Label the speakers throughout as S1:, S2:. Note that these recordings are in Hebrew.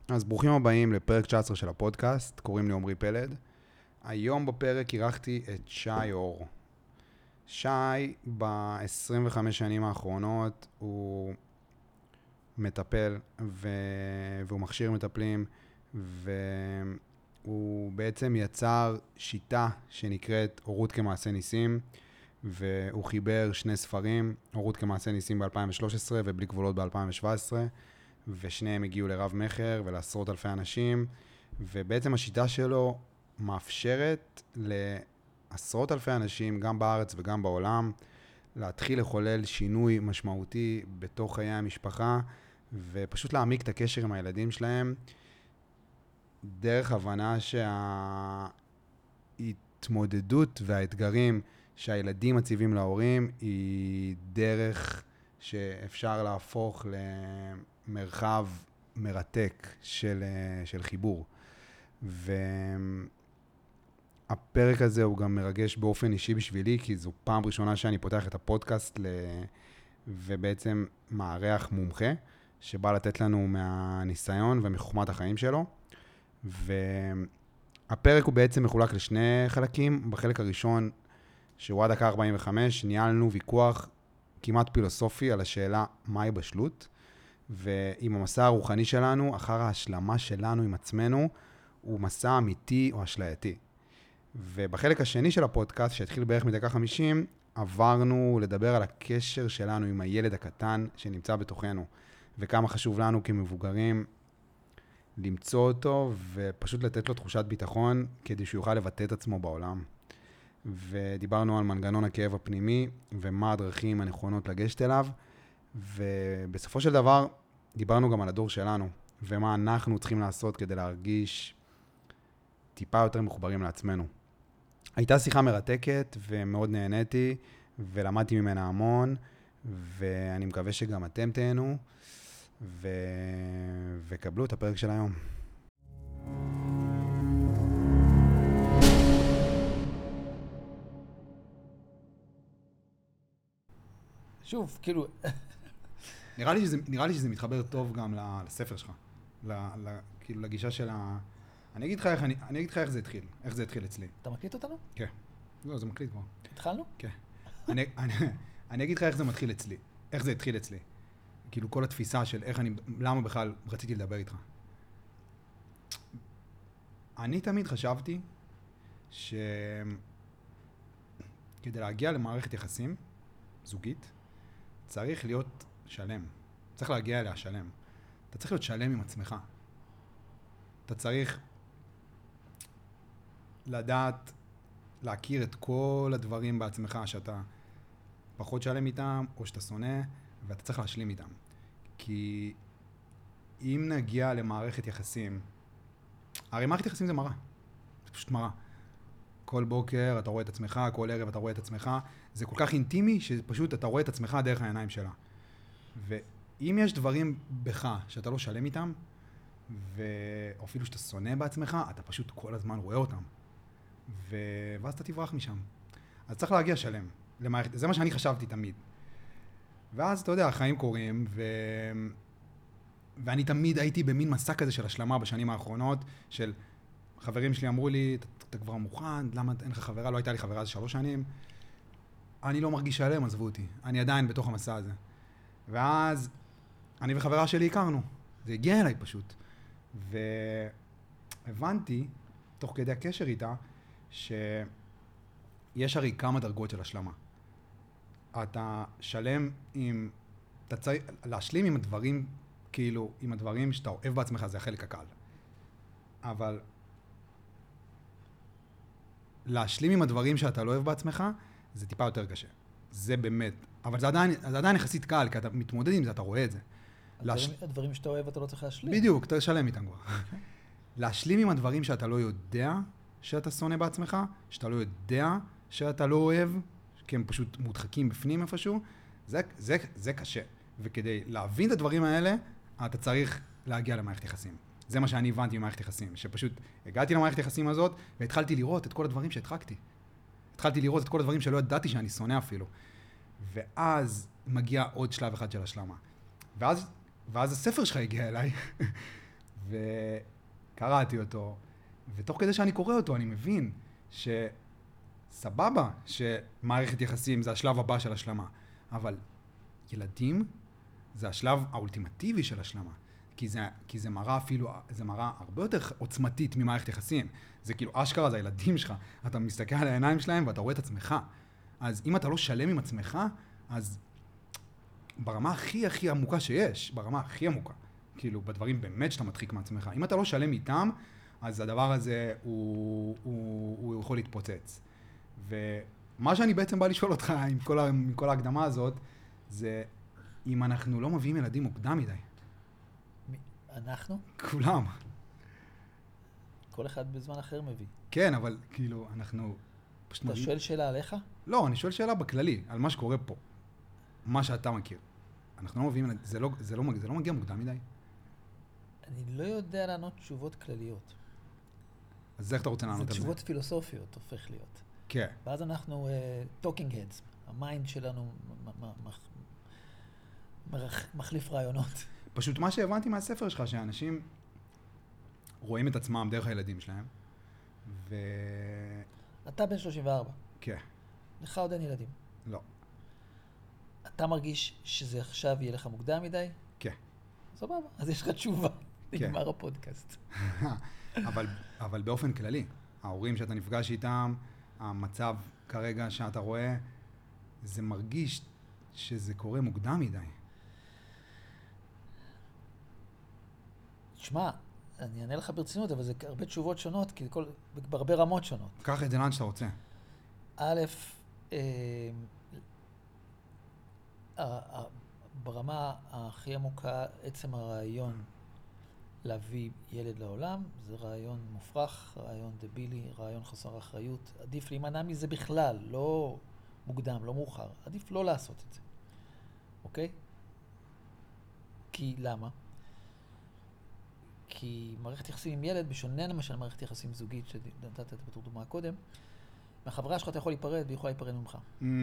S1: אז ברוכים הבאים לפרק 19 של הפודקאסט, קוראים לי עומרי פלד. היום בפרק אירחתי את שי אור. שי, ב-25 שנים האחרונות, הוא מטפל והוא מכשיר מטפלים, והוא בעצם יצר שיטה שנקראת הורות כמעשה ניסים, והוא חיבר שני ספרים, הורות כמעשה ניסים ב-2013 ובלי גבולות ב-2017, ושניהם הגיעו לרב מחר ולעשרות אלפי אנשים, ובעצם השיטה שלו מאפשרת לעשרות אלפי אנשים, גם בארץ וגם בעולם, להתחיל לחולל שינוי משמעותי בתוך חיי המשפחה, ופשוט להעמיק את הקשר עם הילדים שלהם, דרך הבנה שההתמודדות והאתגרים שהילדים מציבים להורים, היא דרך שאפשר להפוך מרחב מרתק של חיבור. והפרק הזה הוא גם מרגש באופן אישי בשבילי, כי זו פעם ראשונה שאני פותח את הפודקאסט ובעצם מארח מומחה, שבא לתת לנו מהניסיון ומחוכמת החיים שלו. והפרק הוא בעצם מחולק לשני חלקים. בחלק הראשון, שהוא עד דקה 45, ניהלנו ויכוח כמעט פילוסופי על השאלה מהי בשלות. ועם המסע הרוחני שלנו, אחר ההשלמה שלנו עם עצמנו, הוא מסע אמיתי או אשלייתי. ובחלק השני של הפודקאסט, שהתחיל בערך מדקה 50, עברנו לדבר על הקשר שלנו עם הילד הקטן שנמצא בתוכנו, וכמה חשוב לנו כמבוגרים למצוא אותו, ופשוט לתת לו תחושת ביטחון, כדי שהוא יוכל לבטא את עצמו בעולם. ודיברנו על מנגנון הכאב הפנימי, ומה הדרכים הנכונות לגשת אליו, ובסופו של דבר דיברנו גם על הדור שלנו, ומה אנחנו צריכים לעשות כדי להרגיש טיפה יותר מחוברים לעצמנו. הייתה שיחה מרתקת ומאוד נהניתי, ולמדתי ממנה המון, ואני מקווה שגם אתם תהנו, וקבלו את הפרק של היום.
S2: שוב, כאילו,
S1: נראה לי שזה מתחבר טוב גם לספר שלך, כאילו לגישה של אני אגיד לך איך זה התחיל אצלי.
S2: אתה מקליט אותנו?
S1: כן. לא, זה מקליט כבר.
S2: התחלנו?
S1: כן. אני אגיד לך איך זה התחיל אצלי. כאילו כל התפיסה של למה בכלל רציתי לדבר איתך. אני תמיד חשבתי שכדי להגיע למערכת יחסים זוגית, צריך להיות שלם. צריך להגיע אליה שלם. אתה צריך להיות שלם עם עצמך. אתה צריך לדעת, להכיר את כל הדברים בעצמך שאתה פחות שלם איתם, או שאתה שונא, ואתה צריך להשלים איתם. כי אם נגיע למערכת יחסים, הרי מערכת יחסים זה מראה. זה פשוט מראה. כל בוקר אתה רואה את עצמך, כל ערב אתה רואה את עצמך. זה כל כך אינטימי שפשוט אתה רואה את עצמך דרך העיניים שלה. ואם יש דברים בך שאתה לא שלם איתם, או אפילו שאתה שונא בעצמך, אתה פשוט כל הזמן רואה אותם. ואז אתה תברח משם. אז צריך להגיע שלם. זה מה שאני חשבתי תמיד. ואז אתה יודע, החיים קורים, ואני תמיד הייתי במין מסע כזה של השלמה בשנים האחרונות, של חברים שלי אמרו לי, אתה כבר מוכן, למה אין לך חברה? לא הייתה לי חברה זה 3 שנים. אני לא מרגיש שלם, עזבו אותי. אני עדיין בתוך המסע הזה. ואז אני וחברה שלי הכרנו. זה הגיע אליי פשוט. והבנתי, תוך כדי הקשר איתה, שיש הרי כמה דרגות של השלמה. אתה שלם עם, אתה צריך להשלים עם הדברים, כאילו, עם הדברים שאתה אוהב בעצמך, זה החלק הקל. אבל להשלים עם הדברים שאתה לא אוהב בעצמך, זה טיפה יותר קשה. זה באמת. אבל זה עדיין יחסית קל, כי אתה מתמודד עם זה, אתה רואה את זה.
S2: הדברים שאתה אוהב אתה לא צריך להשלים.
S1: בדיוק, אתה שלם איתם כבר. להשלים עם הדברים שאתה לא יודע שאתה שונא בעצמך, שאתה לא יודע שאתה לא אוהב, כי הם פשוט מודחקים בפנים איפשהו, זה קשה. וכדי להבין את הדברים האלה, אתה צריך להגיע למערכת יחסים. זה מה שאני הבנתי ממערכת יחסים, שפשוט הגעתי למערכת יחסים הזאת, והתחלתי לראות את כל הדברים שהדחקתי. התחלתי לראות את כל הדברים שלא ידעתי שאני שונא אפילו. ואז מגיע עוד שלב אחד של השלמה. ואז הספר שלך הגיע אליי, וקראתי אותו, ותוך כדי שאני קורא אותו, אני מבין שסבבה, שמערכת יחסים זה השלב הבא של השלמה, אבל ילדים זה השלב האולטימטיבי של השלמה. כי זה מראה אפילו, זה מראה הרבה יותר עוצמתית ממערכת יחסים. זה כאילו, אשכרה, זה הילדים שלך. אתה מסתכל על העיניים שלהם ואתה רואה את עצמך. אז אם אתה לא שלם עם עצמך, אז ברמה הכי עמוקה שיש, ברמה הכי עמוקה, כאילו, בדברים באמת שאתה מדחיק מעצמך. אם אתה לא שלם איתם, אז הדבר הזה הוא יכול להתפוצץ. ומה שאני בעצם בא לשאול אותך עם כל ההקדמה הזאת, זה אם אנחנו לא מביאים ילדים מוקדם מדי.
S2: אנחנו?
S1: כולם.
S2: כל אחד בזמן אחר מביא.
S1: כן, אבל כאילו, אנחנו פשוט
S2: אתה שואל שאלה עליך?
S1: לא, אני שואל שאלה בכללי, על מה שקורה פה. מה שאתה מכיר. אנחנו לא מביאים, זה לא מגיע מוקדם מדי.
S2: אני לא יודע לענות תשובות כלליות.
S1: אז איך אתה רוצה לענות על זה?
S2: זה תשובות פילוסופיות הופך להיות.
S1: כן.
S2: ואז אנחנו talking heads. המיינד שלנו מחליף רעיונות.
S1: פשוט מה שהבנתי מהספר שלך, שאנשים רואים את עצמם דרך הילדים שלהם,
S2: אתה בן 34.
S1: כן.
S2: לך עוד אין ילדים.
S1: לא.
S2: אתה מרגיש שזה עכשיו יהיה לך מוקדם מדי?
S1: כן.
S2: סבבה, אז יש לך תשובה.
S1: כן.
S2: נגמר הפודקאסט.
S1: אבל באופן כללי, ההורים שאתה נפגש איתם, המצב כרגע שאתה רואה, זה מרגיש שזה קורה מוקדם מדי.
S2: תשמע, אני אענה לך ברצינות, אבל זה הרבה תשובות שונות, כי בהרבה רמות שונות.
S1: קח את זה לאן שאתה רוצה.
S2: א', ברמה הכי עמוקה, עצם הרעיון להביא ילד לעולם, זה רעיון מופרך, רעיון דבילי, רעיון חסר אחריות. עדיף להימנע מזה בכלל, לא מוקדם, לא מאוחר. עדיף לא לעשות את זה. אוקיי? כי למה? כי מערכת יחסים עם ילד, בשונה למשל מערכת יחסים זוגית, שנתת את בתור דוגמה קודם, מהחברה שלך אתה יכול להיפרד, והיא יכולה להיפרד ממך.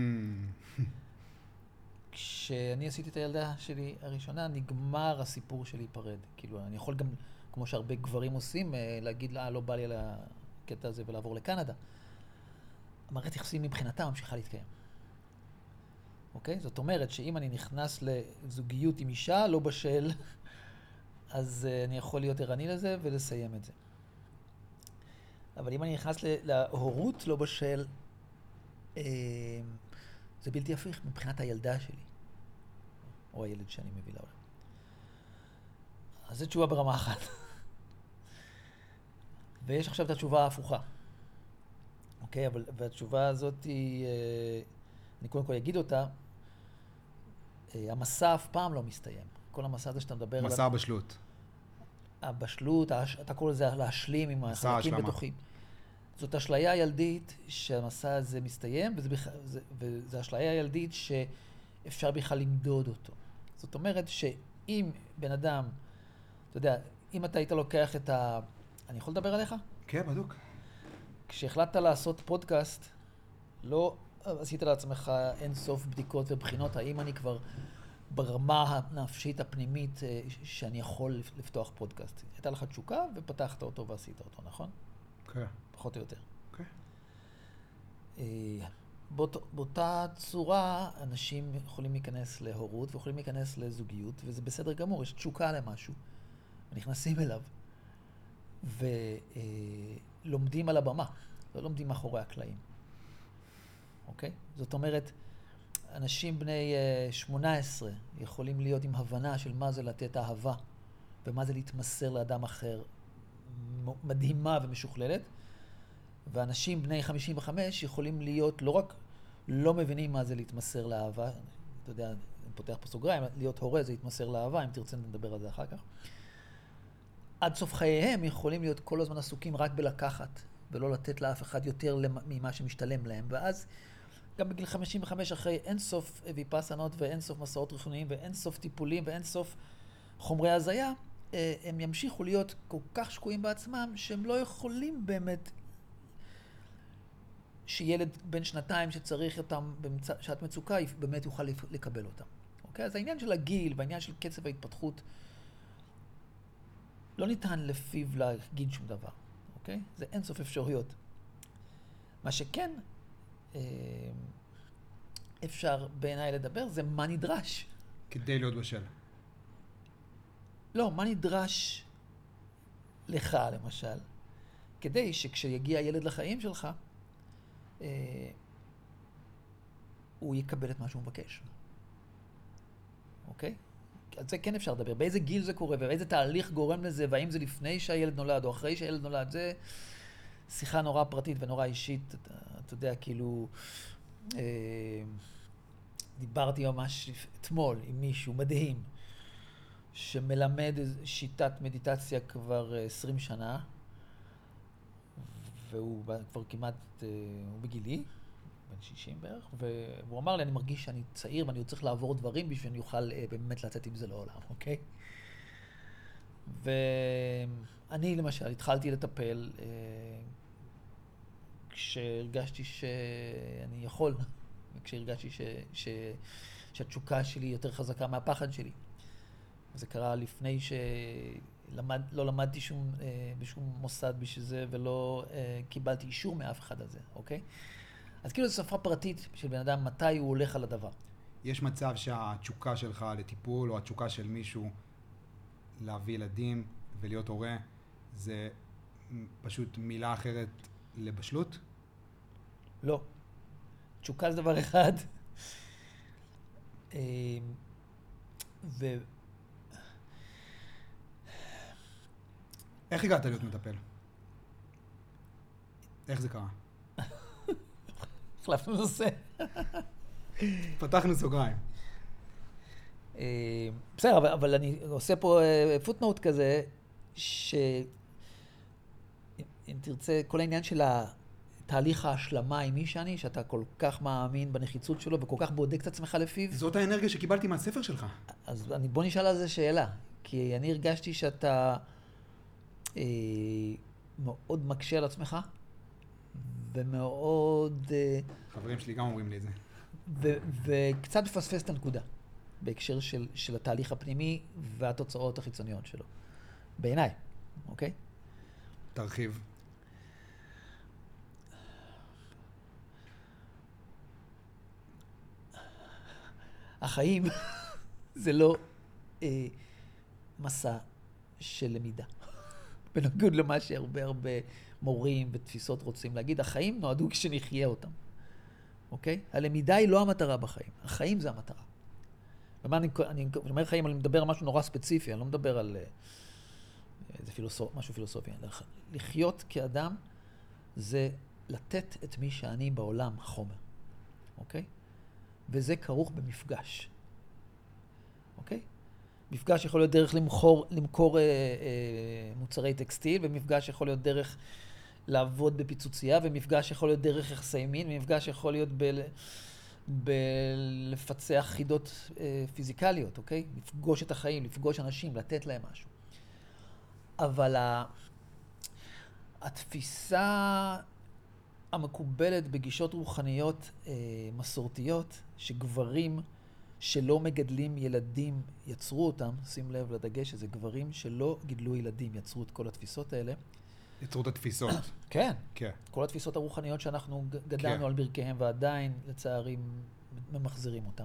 S2: כשאני עשיתי את הילדה שלי הראשונה, נגמר הסיפור של להיפרד. כאילו, אני יכול גם, כמו שהרבה גברים עושים, להגיד לה, לא בא לי על הקטע הזה ולעבור לקנדה. המערכת יחסים מבחינתה ממשיכה להתקיים. אוקיי? זאת אומרת שאם אני נכנס לזוגיות עם אישה, לא בשל, אז אני יכול להיות ערני לזה ולסיים את זה. אבל אם אני נכנס להורות לא בשל, זה בלתי הפיך מבחינת הילדה שלי, או הילד שאני מביא לעולם. אז זו תשובה ברמה אחת. ויש עכשיו את התשובה ההפוכה. אוקיי, והתשובה הזאת היא, אני קודם כל אגיד אותה, המסע אף פעם לא מסתיים. כל המסע הזה שאתה מדבר עליו...
S1: מסע הבשלות.
S2: הבשלות, אתה קורא לזה להשלים עם החלקים בתוכי. זאת אשליה ילדית שהמסע הזה מסתיים, וזה אשליה ילדית שאפשר בכלל למדוד אותו. זאת אומרת שאם בן אדם, אתה יודע, אם אתה היית לוקח את אני יכול לדבר עליך?
S1: כן, בדיוק.
S2: כשהחלטת לעשות פודקאסט, לא עשית לעצמך אין סוף בדיקות ובחינות, האם אני כבר ברמה הנפשית הפנימית שאני יכול לפתוח פודקאסט. הייתה לך תשוקה ופתחת אותו ועשית אותו, נכון?
S1: כן.
S2: פחות או יותר.
S1: כן.
S2: באותה צורה, אנשים יכולים להיכנס להורות ויכולים להיכנס לזוגיות, וזה בסדר גמור, יש תשוקה למשהו, ונכנסים אליו, ולומדים על הבמה, לא לומדים מאחורי הקלעים. אוקיי? זאת אומרת, אנשים בני 18 יכולים להיות עם הבנה של מה זה לתת אהבה, ומה זה להתמסר לאדם אחר, מדהימה ומשוכללת, ואנשים בני 55 יכולים להיות לא רק לא מבינים מה זה להתמסר לאהבה, אתה יודע, אני פותח פה סוגריים, להיות הורה זה להתמסר לאהבה, אם תרצה נדבר על זה אחר כך. עד סוף חייהם יכולים להיות כל הזמן עסוקים רק בלקחת, ולא לתת לאף אחד יותר ממה שמשתלם להם, ואז גם בגיל 55 אחרי אין סוף ויפאסנות ואין סוף מסעות רוחניים ואין סוף טיפולים ואין סוף חומרי הזיה, הם ימשיכו להיות כל כך שקועים בעצמם שהם לא יכולים באמת שילד בן שנתיים שצריך אותם בשעת מצוקה באמת יוכל לקבל אותם. אוקיי? אז העניין של הגיל והעניין של קצב ההתפתחות לא ניתן לפיו להגיד שום דבר, אוקיי? זה אין סוף אפשרויות. מה שכן אפשר בעיניי לדבר זה מה נדרש.
S1: כדי להיות בשל.
S2: לא, מה נדרש לך, למשל, כדי שכשיגיע ילד לחיים שלך, הוא יקבל את מה שהוא מבקש. אוקיי? על זה כן אפשר לדבר. באיזה גיל זה קורה, ואיזה תהליך גורם לזה, והאם זה לפני שהילד נולד או אחרי שהילד נולד, זה שיחה נורא פרטית ונורא אישית. אתה יודע, כאילו, דיברתי ממש אתמול עם מישהו מדהים, שמלמד שיטת מדיטציה כבר 20 שנה, והוא כבר כמעט, הוא בגילי, בן 60 בערך, והוא אמר לי, אני מרגיש שאני צעיר ואני צריך לעבור דברים בשביל שאני אוכל באמת לצאת עם זה לעולם, אוקיי? ואני למשל התחלתי לטפל כשהרגשתי שאני יכול, וכשהרגשתי שהתשוקה שלי יותר חזקה מהפחד שלי. זה קרה לפני לא למדתי בשום מוסד בשביל זה, ולא קיבלתי אישור מאף אחד על זה, אוקיי? אז כאילו זו שפה פרטית של בן אדם, מתי הוא הולך על הדבר.
S1: יש מצב שהתשוקה שלך לטיפול, או התשוקה של מישהו להביא ילדים ולהיות הורה, זה פשוט מילה אחרת לבשלות?
S2: לא. תשוקה זה דבר אחד.
S1: איך הגעת להיות מטפל? איך זה קרה?
S2: החלפנו נושא.
S1: פתחנו סוגריים.
S2: בסדר, אבל אני עושה פה פוטנוט כזה, שאם תרצה, כל העניין של תהליך ההשלמה עם מי שאני, שאתה כל כך מאמין בנחיצות שלו וכל כך בודק את עצמך לפיו.
S1: זאת האנרגיה שקיבלתי מהספר שלך.
S2: אז בוא נשאל על זה שאלה. כי אני הרגשתי שאתה מאוד מקשה על עצמך, ומאוד...
S1: חברים שלי גם אומרים לי את זה.
S2: וקצת מפספס את הנקודה, בהקשר של התהליך הפנימי והתוצאות החיצוניות שלו. בעיניי, אוקיי?
S1: תרחיב.
S2: החיים זה לא מסע של למידה. בניגוד למה שהרבה מורים ותפיסות רוצים להגיד, החיים נועדו כשנחיה אותם. אוקיי? הלמידה היא לא המטרה בחיים, החיים זה המטרה. ומה אני אומר חיים, אני מדבר על משהו נורא ספציפי, אני לא מדבר על משהו פילוסופי. לחיות כאדם זה לתת את מי שאני בעולם חומר. אוקיי? וזה כרוך במפגש. אוקיי? מפגש יכול להיות דרך למכור מוצרי טקסטיל, ומפגש יכול להיות דרך לעבוד בפיצוצייה, ומפגש יכול להיות דרך יחסי מין, ומפגש יכול להיות לפצח חידות פיזיקליות, אוקיי? לפגוש את החיים, לפגוש אנשים, לתת להם משהו. אבל התפיסה המקובלת בגישות רוחניות מסורתיות, שגברים שלא מגדלים ילדים יצרו אותם, שים לב לדגש שזה גברים שלא גידלו ילדים יצרו את כל התפיסות האלה.
S1: יצרו את התפיסות.
S2: כן.
S1: כן.
S2: כל התפיסות הרוחניות שאנחנו גדלנו על ברכיהם ועדיין לצערי ממחזרים אותם.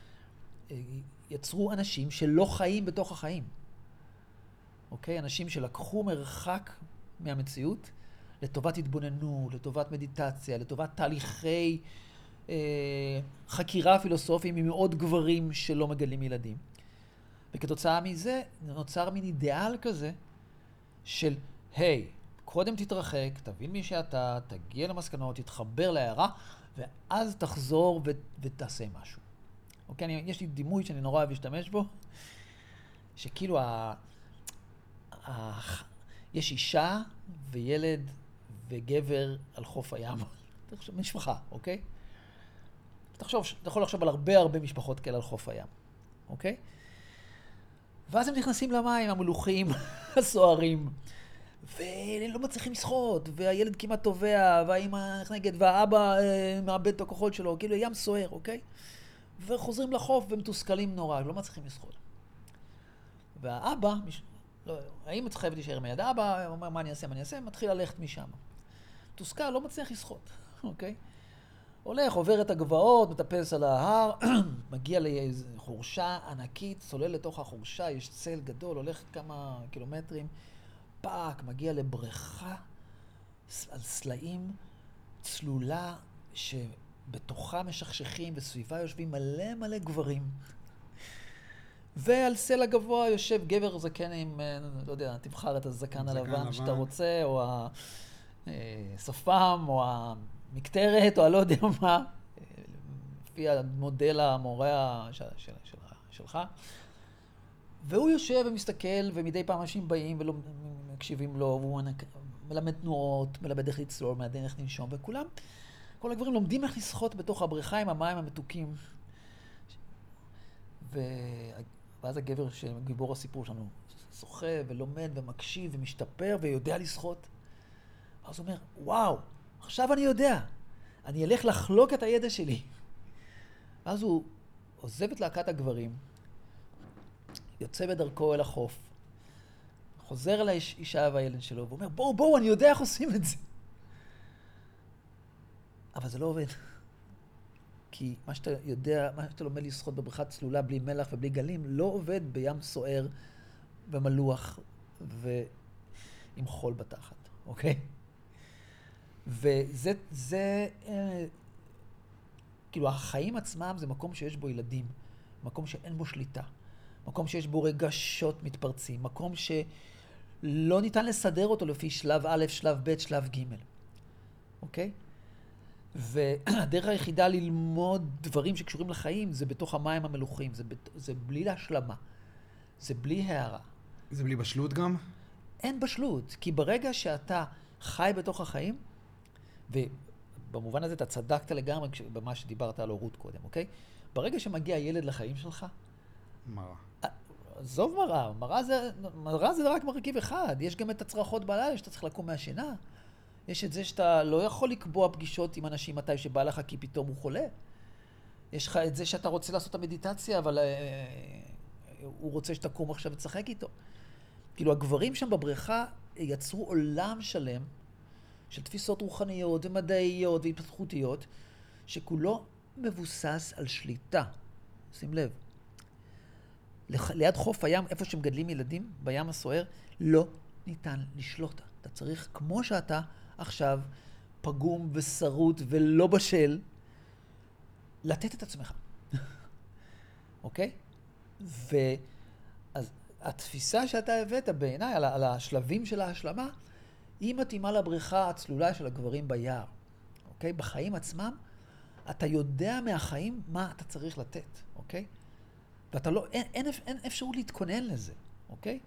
S2: יצרו אנשים שלא חיים בתוך החיים. אוקיי? אנשים שלקחו מרחק מהמציאות לטובת התבוננות, לטובת מדיטציה, לטובת תהליכי חקירה פילוסופיים עם עוד גברים שלא מגדלים ילדים. וכתוצאה מזה נוצר מין אידיאל כזה של, היי, קודם תתרחק, תבין מי שאתה, תגיע למסקנות, תתחבר להערה, ואז תחזור ותעשה משהו. אוקיי? יש לי דימוי שאני נורא אוהב להשתמש בו, שכאילו יש אישה וילד וגבר על חוף הים. משפחה, אוקיי? אתה יכול לחשוב על הרבה משפחות כאלה על חוף הים, אוקיי? ואז הם נכנסים למים המלוכים, הסוערים, ולא מצליחים לשחות, והילד כמעט טובע, והאמא נגד, והאבא מאבד את הכוחות שלו, כאילו ים סוער, אוקיי? וחוזרים לחוף ומתוסכלים נורא, לא מצליחים לשחות. והאבא לא, האמא חייבת להישאר עם היד, אבא אומר, מה אני אעשה, מתחיל ללכת משם. תוסכל, לא מצליח לשחות, אוקיי? הולך, עובר את הגבעות, מטפס על ההר, מגיע לאיזו חורשה ענקית, צולל לתוך החורשה, יש צל גדול, הולך כמה קילומטרים, פאק, מגיע לבריכה על סלעים, צלולה, שבתוכה משכשכים וסביבה יושבים מלא גברים. ועל סלע גבוה יושב גבר זקן עם, לא יודע, תבחר את הזקן הלבן שאתה רוצה, או השפם, או המקטרת, או הלא יודע מה, לפי המודל המורה שלך. והוא יושב ומסתכל, ומדי פעם אנשים באים ומקשיבים לו, והוא מלמד תנועות, מלמד איך לצלול, מלמד איך לנשום, וכולם, כל הגברים לומדים איך לשחות בתוך הבריכה עם המים המתוקים. ואז הגבר שגיבור הסיפור שלנו שוחה ולומד ומקשיב ומשתפר ויודע לשחות. ואז הוא אומר, וואו, עכשיו אני יודע, אני אלך לחלוק את הידע שלי. ואז הוא עוזב את להקת הגברים, יוצא בדרכו אל החוף, חוזר אל האישה והילד שלו ואומר, בואו, אני יודע איך עושים את זה. אבל זה לא עובד. כי מה שאתה יודע, מה שאתה לומד לשחות בבריכת צלולה בלי מלח ובלי גלים, לא עובד בים סוער ומלוח ועם חול בתחת, אוקיי? וזה, כאילו החיים עצמם זה מקום שיש בו ילדים, מקום שאין בו שליטה, מקום שיש בו רגשות מתפרצים, מקום שלא ניתן לסדר אותו לפי שלב א', שלב ב', שלב ג', אוקיי? והדרך היחידה ללמוד דברים שקשורים לחיים זה בתוך המים המלוכים, זה בלי להשלמה, זה בלי הערה.
S1: זה בלי בשלות גם?
S2: אין בשלות, כי ברגע שאתה חי בתוך החיים, ובמובן הזה אתה צדקת לגמרי במה שדיברת על הורות קודם, אוקיי? ברגע שמגיע ילד לחיים שלך,
S1: מראה.
S2: עזוב מראה זה רק מרכיב אחד, יש גם את הצרחות בלילה שאתה צריך לקום מהשינה. יש את זה שאתה לא יכול לקבוע פגישות עם אנשים מתי שבא לך כי פתאום הוא חולה. יש לך את זה שאתה רוצה לעשות את המדיטציה, אבל הוא רוצה שתקום עכשיו ותשחק איתו. כאילו הגברים שם בבריכה יצרו עולם שלם של תפיסות רוחניות ומדעיות והתפתחותיות, שכולו מבוסס על שליטה. שים לב. ליד חוף הים, איפה שמגדלים ילדים, בים הסוער, לא ניתן לשלוט. אתה צריך, כמו שאתה עכשיו פגום ושרוט ולא בשל, לתת את עצמך. אוקיי? ואז התפיסה שאתה הבאת בעיניי על השלבים של ההשלמה, היא מתאימה לבריכה הצלולה של הגברים ביער. אוקיי? בחיים עצמם, אתה יודע מהחיים מה אתה צריך לתת. אוקיי? ואתה לא, אין אפשרות להתכונן לזה. אוקיי?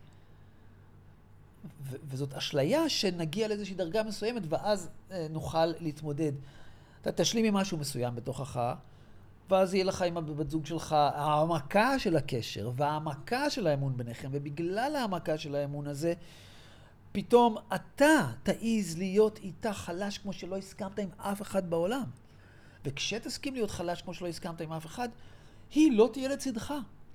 S2: וזאת אשליה שנגיע לאיזושהי דרגה מסוימת, ואז נוכל להתמודד. אתה תשלים עם משהו מסוים בתוכך, ואז יהיה לך עם הבת זוג שלך העמקה של הקשר, והעמקה של האמון ביניכם, ובגלל העמקה של האמון הזה, פתאום אתה תעיז להיות איתה חלש כמו שלא הסכמת עם אף אחד בעולם. וכשתסכים להיות חלש כמו שלא הסכמת עם אף אחד, היא לא תהיה לצדך.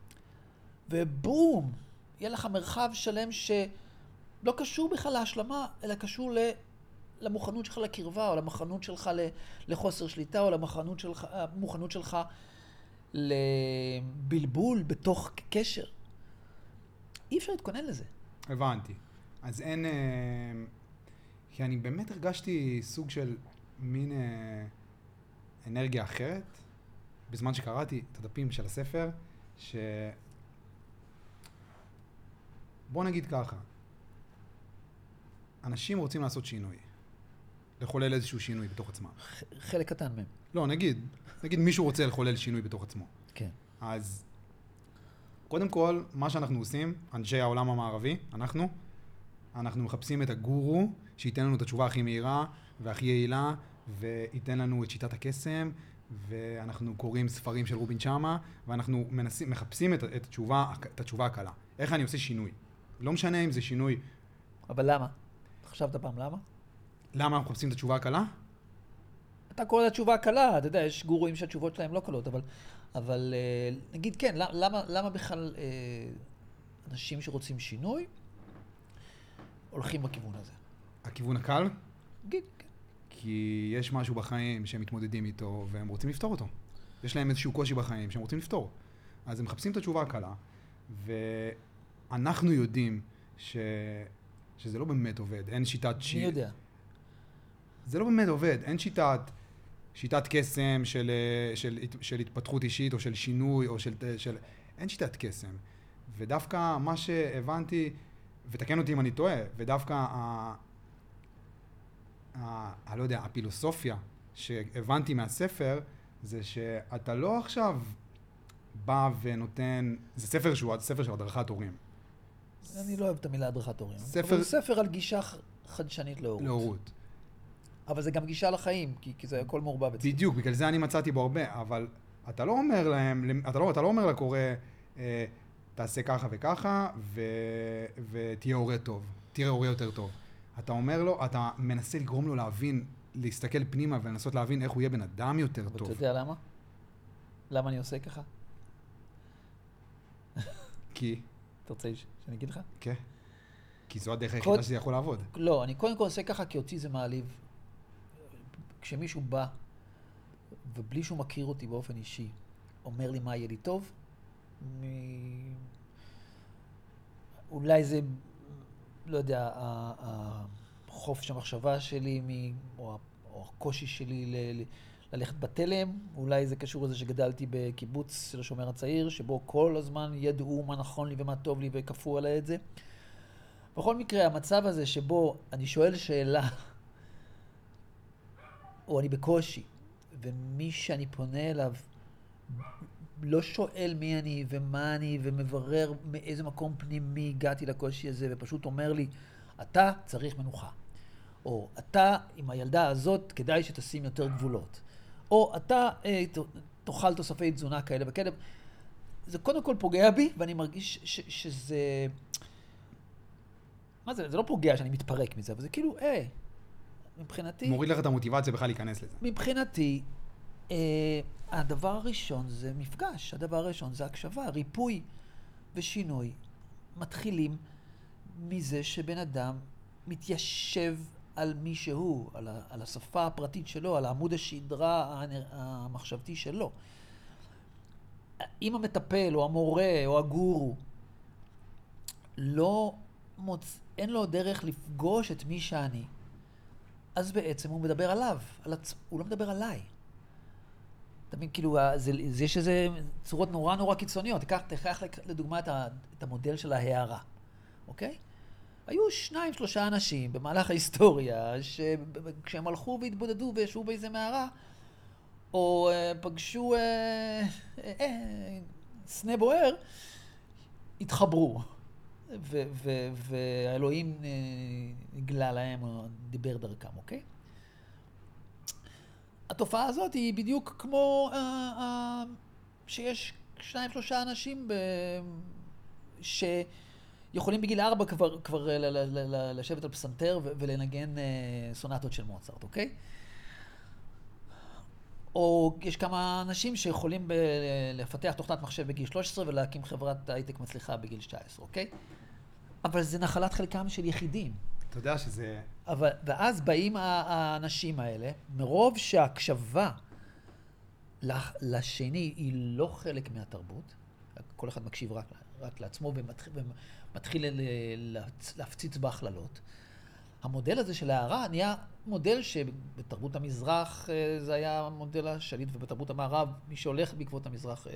S2: ובום, יהיה לך מרחב שלם לא קשור בכלל להשלמה, אלא קשור למוכנות שלך לקרבה, או למוכנות שלך לחוסר שליטה, או למוכנות שלך לבלבול בתוך קשר. אי אפשר להתכונן לזה.
S1: הבנתי. אז אין... כי אני באמת הרגשתי סוג של מין אנרגיה אחרת, בזמן שקראתי את הדפים של הספר, בוא נגיד ככה, אנשים רוצים לעשות שינוי, לחולל איזשהו שינוי בתוך עצמם.
S2: חלק קטן מהם.
S1: לא, נגיד מישהו רוצה לחולל שינוי בתוך עצמו.
S2: כן.
S1: אז קודם כל, מה שאנחנו עושים, אנשי העולם המערבי, אנחנו מחפשים את הגורו שייתן לנו את התשובה הכי מהירה והכי יעילה, וייתן לנו את שיטת הקסם, ואנחנו קוראים ספרים של רובין צ'אמה, ואנחנו מחפשים את התשובה הקלה. איך אני עושה שינוי? לא משנה אם זה שינוי.
S2: אבל למה? חשבת פעם למה?
S1: למה אנחנו מחפשים את התשובה הקלה?
S2: אתה קורא את התשובה הקלה, אתה יודע, יש גורואים שהתשובות שלהם לא קלות, אבל נגיד כן, למה בכלל אנשים שרוצים שינוי, הולכים בכיוון הזה.
S1: הכיוון הקל?
S2: כן.
S1: כי יש משהו בחיים שהם מתמודדים איתו והם רוצים לפתור אותו. יש להם איזשהו קושי בחיים שהם רוצים לפתור. אז הם מחפשים את התשובה הקלה, ואנחנו יודעים שזה לא באמת עובד. אין שיטת...
S2: מי יודע?
S1: זה לא באמת עובד. אין שיטת קסם של התפתחות אישית או של שינוי או של... אין שיטת קסם. ודווקא מה שהבנתי, ותקן אותי אם אני טועה, ודווקא אני לא יודע, הפילוסופיה שהבנתי מהספר, זה שאתה לא עכשיו בא ונותן... זה ספר שהוא ספר של הדרכת הורים.
S2: אני לא אוהב את המילה הדרכת הורים.
S1: ספר...
S2: אבל זה ספר על גישה חדשנית להורות.
S1: להורות.
S2: אבל זה גם גישה לחיים, כי זה הכל מעורבב אצלי.
S1: בדיוק, בגלל זה אני מצאתי בו הרבה, אבל אתה לא אומר להם, אתה לא אומר לקורא, תעשה ככה וככה, ותהיה הורה טוב, תראה הורה יותר טוב. אתה אומר לו, אתה מנסה לגרום לו להבין, להסתכל פנימה ולנסות להבין איך הוא יהיה בן אדם יותר טוב.
S2: ואתה יודע למה? למה אני עושה ככה?
S1: כי?
S2: אתה רוצה שאני אגיד לך?
S1: כן. כי זו הדרך היחידה שזה יכול לעבוד.
S2: לא, אני קודם כל עושה ככה כי אותי זה מעליב. כשמישהו בא, ובלי שהוא מכיר אותי באופן אישי, אומר לי מה יהיה לי טוב, אולי זה, לא יודע, החופש המחשבה שלי, או הקושי שלי ללכת בתלם, אולי זה קשור לזה שגדלתי בקיבוץ של השומר הצעיר, שבו כל הזמן ידעו מה נכון לי ומה טוב לי וכפו עליי את זה. בכל מקרה, המצב הזה שבו אני שואל שאלה, או אני בקושי, ומי שאני פונה אליו לא שואל מי אני ומה אני, ומברר מאיזה מקום פנימי הגעתי לקושי הזה, ופשוט אומר לי, אתה צריך מנוחה. או אתה, עם הילדה הזאת, כדאי שתשים יותר גבולות. או אתה תאכל תוספי תזונה כאלה וכאלה. זה קודם כל פוגע בי, ואני מרגיש שזה... מה זה? זה לא פוגע שאני מתפרק מזה, אבל זה כאילו, מבחינתי...
S1: מוריד לך את המוטיבציה בכלל להיכנס לזה.
S2: מבחינתי, הדבר הראשון זה מפגש, הדבר הראשון זה הקשבה, ריפוי ושינוי. מתחילים מזה שבן אדם מתיישב על מי שהוא, על השפה הפרטית שלו, על עמוד השדרה המחשבתי שלו. אם המטפל או המורה או הגורו אין לו דרך לפגוש את מי שאני, אז בעצם הוא מדבר עליו, הוא לא מדבר עליי. אתה מבין, כאילו, יש איזה צורות נורא קיצוניות. תיקח לדוגמה את המודל של ההערה, אוקיי? היו 2-3 אנשים במהלך ההיסטוריה, שכשהם הלכו והתבודדו וישבו באיזה מערה, או פגשו סנה בוער, התחברו. והאלוהים נגלה להם או דיבר דרכם, אוקיי? התופעה הזאת היא בדיוק כמו שיש 2-3 אנשים שיכולים בגיל 4 כבר לשבת על פסנתר ולנגן סונטות של מוצרט, אוקיי? או יש כמה אנשים שיכולים לפתח תוכנת מחשב בגיל 13 ולהקים חברת הייטק מצליחה בגיל 19, אוקיי? אבל זה נחלת חלקם של יחידים.
S1: אתה יודע שזה...
S2: ואז באים האנשים האלה, מרוב שההקשבה לשני היא לא חלק מהתרבות, כל אחד מקשיב רק לעצמו ומתחיל להפציץ בהכללות. המודל הזה של ההערה נהיה מודל שבתרבות המזרח זה היה מודל השליט, ובתרבות המערב, מי שהולך בעקבות המזרח,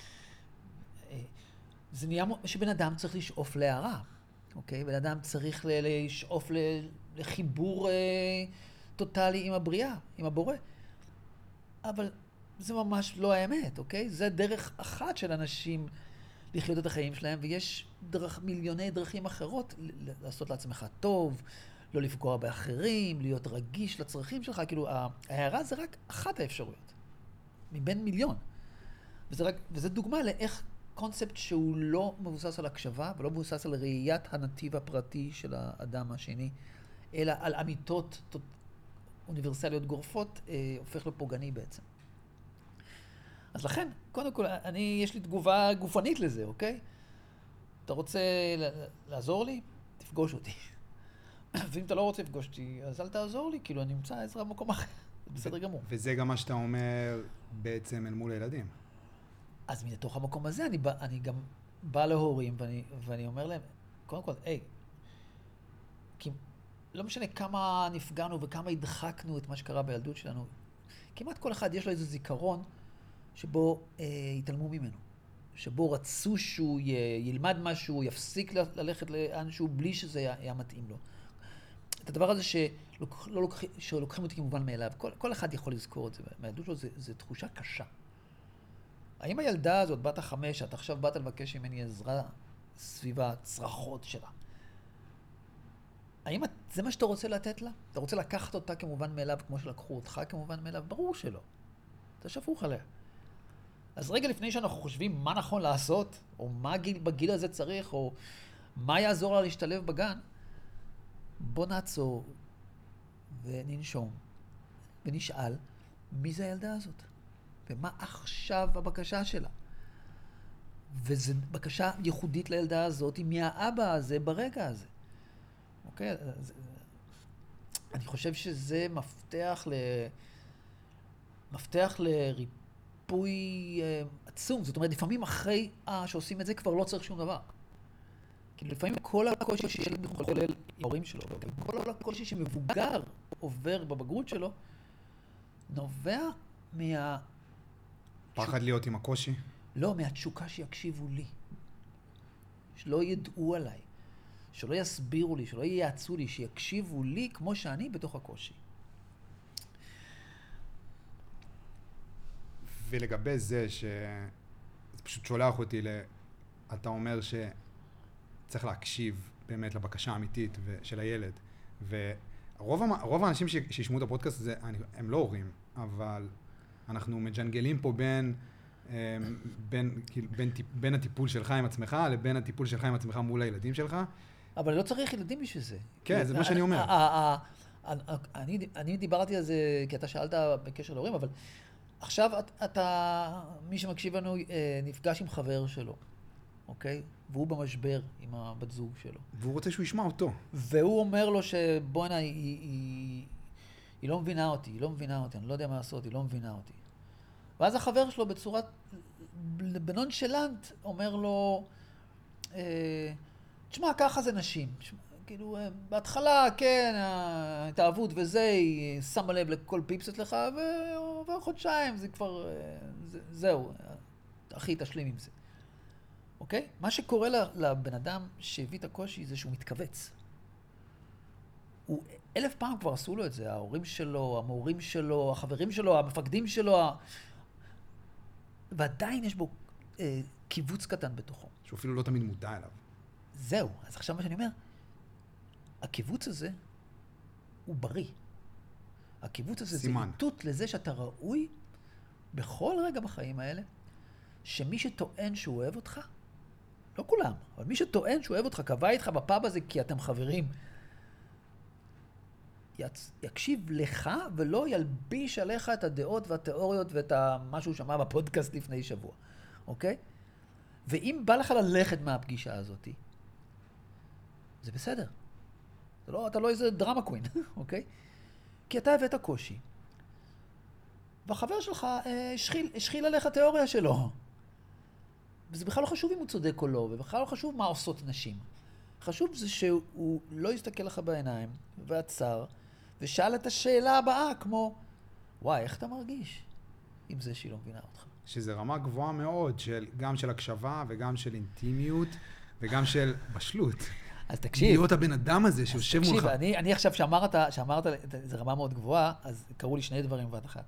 S2: זה נהיה שבן אדם צריך לשאוף להערה. אוקיי? בן אדם צריך לשאוף לחיבור טוטלי עם הבריאה, עם הבורא. אבל זה ממש לא האמת, אוקיי? זה דרך אחת של אנשים לחיות את החיים שלהם, ויש מיליוני דרכים אחרות לעשות לעצמך טוב, לא לפגוע באחרים, להיות רגיש לצרכים שלך. כאילו, ההערה זה רק אחת האפשרויות, מבין מיליון. וזה דוגמה לאיך קונספט שהוא לא מבוסס על הקשבה, ולא מבוסס על ראיית הנתיב הפרטי של האדם השני, אלא על אמיתות אוניברסליות גורפות, הופך לפוגעני בעצם. אז לכן, קודם כל, יש לי תגובה גופנית לזה, אוקיי? אתה רוצה לעזור לי? תפגוש אותי. ואם אתה לא רוצה לפגוש אותי, אז אל תעזור לי, כאילו, אני אמצא עזרה במקום אחר. זה בסדר גמור.
S1: וזה גם מה שאתה אומר בעצם אל מול הילדים.
S2: אז מתוך המקום הזה אני גם בא להורים, ואני אומר להם, קודם כל, כי לא משנה כמה נפגענו וכמה הדחקנו את מה שקרה בילדות שלנו, כמעט כל אחד יש לו איזה זיכרון שבו התעלמו ממנו, שבו רצו שהוא ילמד משהו, יפסיק ללכת לאנשהו בלי שזה היה מתאים לו. את הדבר הזה שלוקחים אותי כמובן מאליו, כל אחד יכול לזכור את זה, מהילדות שלו זה תחושה קשה. האם הילדה הזאת, בת ה5, את עכשיו באת לבקש ממני עזרה סביב הצרחות שלה? האם זה מה שאתה רוצה לתת לה? אתה רוצה לקחת אותה כמובן מאליו, כמו שלקחו אותך כמובן מאליו? ברור שלא. אתה שפוך עליה. אז רגע לפני שאנחנו חושבים מה נכון לעשות, או מה בגיל הזה צריך, או מה יעזור לה להשתלב בגן, בוא נעצור וננשום ונשאל מי זה הילדה הזאת? ומה עכשיו הבקשה שלה? וזו בקשה ייחודית לילדה הזאת, היא מהאבא הזה ברגע הזה. אוקיי? אני חושב שזה מפתח לריפוי עצום. זאת אומרת, לפעמים אחרי שעושים את זה כבר לא צריך שום דבר. כי לפעמים כל הקושי שילד מחולל עם ההורים שלו, כל הקושי שמבוגר עובר בבגרות שלו, נובע
S1: פחד להיות עם הקושי?
S2: לא, מהתשוקה שיקשיבו לי. שלא ידעו עליי. שלא יסבירו לי, שלא ייעצו לי, שיקשיבו לי כמו שאני בתוך הקושי.
S1: ולגבי זה זה פשוט שולח אותי אתה אומר שצריך להקשיב באמת לבקשה האמיתית של הילד. ורוב האנשים שישמעו את הפודקאסט הזה, הם לא הורים, אבל אנחנו מג'נגלים פה בין הטיפול שלך עם עצמך לבין הטיפול שלך עם עצמך מול הילדים שלך.
S2: אבל לא צריך ילדים בשביל זה.
S1: כן, זה מה שאני אומר.
S2: אני דיברתי על זה כי אתה שאלת בקשר להורים, אבל עכשיו מי שמקשיב לנו נפגש עם חבר שלו, אוקיי? והוא במשבר עם הבת זוג שלו.
S1: והוא רוצה שהוא ישמע אותו.
S2: והוא אומר לו שבואנה, היא לא מבינה אותי, אני לא יודע מה לעשות, היא לא מבינה אותי. ואז החבר שלו בצורת, בנונשלנט, אומר לו, תשמע, ככה זה נשים. כאילו, בהתחלה, כן, ההתאהבות וזה, היא שמה לב לכל פיפס אצלך, ועובר חודשיים, זה כבר, זהו, אחי, תשלים עם זה. אוקיי? מה שקורה לבן אדם שהביא את הקושי זה שהוא מתכווץ. הוא 1000 פעם כבר עשו לו את זה, ההורים שלו, המורים שלו, החברים שלו, המפקדים שלו, ועדיין יש בו קיבוץ קטן בתוכו.
S1: שהוא אפילו לא תמיד מודע אליו.
S2: זהו, אז עכשיו מה שאני אומר, הקיבוץ הזה הוא בריא. הקיבוץ הזה זה איתות לזה שאתה ראוי בכל רגע בחיים האלה, שמי שטוען שהוא אוהב אותך, לא כולם, אבל מי שטוען שהוא אוהב אותך, קבע איתך בפאב הזה כי אתם חברים, יקשיב לך ולא ילביש עליך את הדעות והתיאוריות ואת מה שהוא שמע בפודקאסט לפני שבוע, אוקיי? ואם בא לך ללכת מהפגישה הזאת, זה בסדר. אתה לא איזה דרמה קווין, אוקיי? כי אתה הבאת קושי, והחבר שלך השחיל עליך תיאוריה שלו. וזה בכלל לא חשוב אם הוא צודק או לא, ובכלל לא חשוב מה עושות נשים. חשוב זה שהוא לא יסתכל לך בעיניים, ועצר, ושאל את השאלה הבאה, כמו, וואי, איך אתה מרגיש עם זה שהיא לא מבינה אותך?
S1: שזה רמה גבוהה מאוד, גם של הקשבה, וגם של אינטימיות, וגם של בשלות.
S2: אז תקשיב.
S1: להיות הבן אדם הזה שיושב מולך.
S2: תקשיב, אני עכשיו שאמרת, זה רמה מאוד גבוהה, אז קראו לי שני דברים בבת אחת.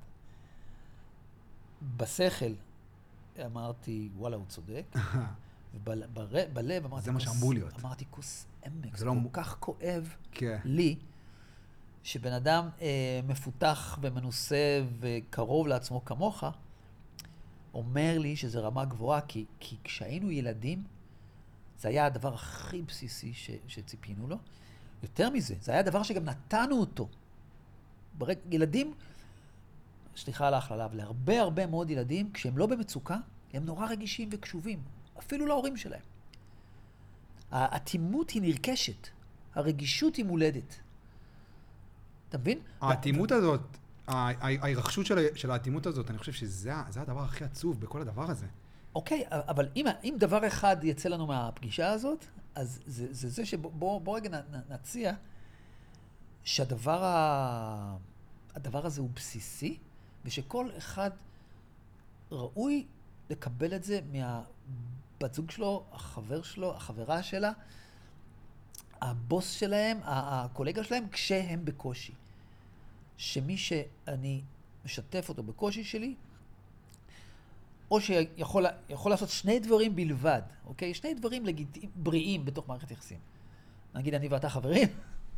S2: בשכל אמרתי, וואלה, הוא צודק. ובלב אמרתי,
S1: זה מה שאמור להיות.
S2: אמרתי, כוס עמק.
S1: זה
S2: זה כל כך כואב
S1: כן.
S2: לי, שבן אדם מפותח ומנוסה וקרוב לעצמו כמוך, אומר לי שזה רמה גבוהה, כי כשהיינו ילדים, זה היה הדבר הכי בסיסי שציפינו לו. יותר מזה, זה היה הדבר שגם נתנו אותו. ילדים, סליחה על ההכללה, אבל הרבה מאוד ילדים, כשהם לא במצוקה, הם נורא רגישים וקשובים, אפילו להורים שלהם. האטימות היא נרכשת. הרגישות היא מולדת. אתה מבין?
S1: האטימות הזאת, ההירחשות של האטימות הזאת, אני חושב שזה הדבר הכי עצוב בכל הדבר הזה.
S2: אוקיי, אבל אם דבר אחד יצא לנו מהפגישה הזאת, אז זה שבוא רגע נציע שהדבר הזה הוא בסיסי, ושכל אחד ראוי לקבל את זה מהבת זוג שלו, החבר שלו, החברה שלה, הבוס שלהם, הקולגה שלהם, כשהם בקושי. שמי שאני משתף אותו בקושי שלי, או שיכול לעשות שני דברים בלבד, אוקיי? שני דברים בריאים בתוך מערכת יחסים. נגיד, אני ואתה חברים,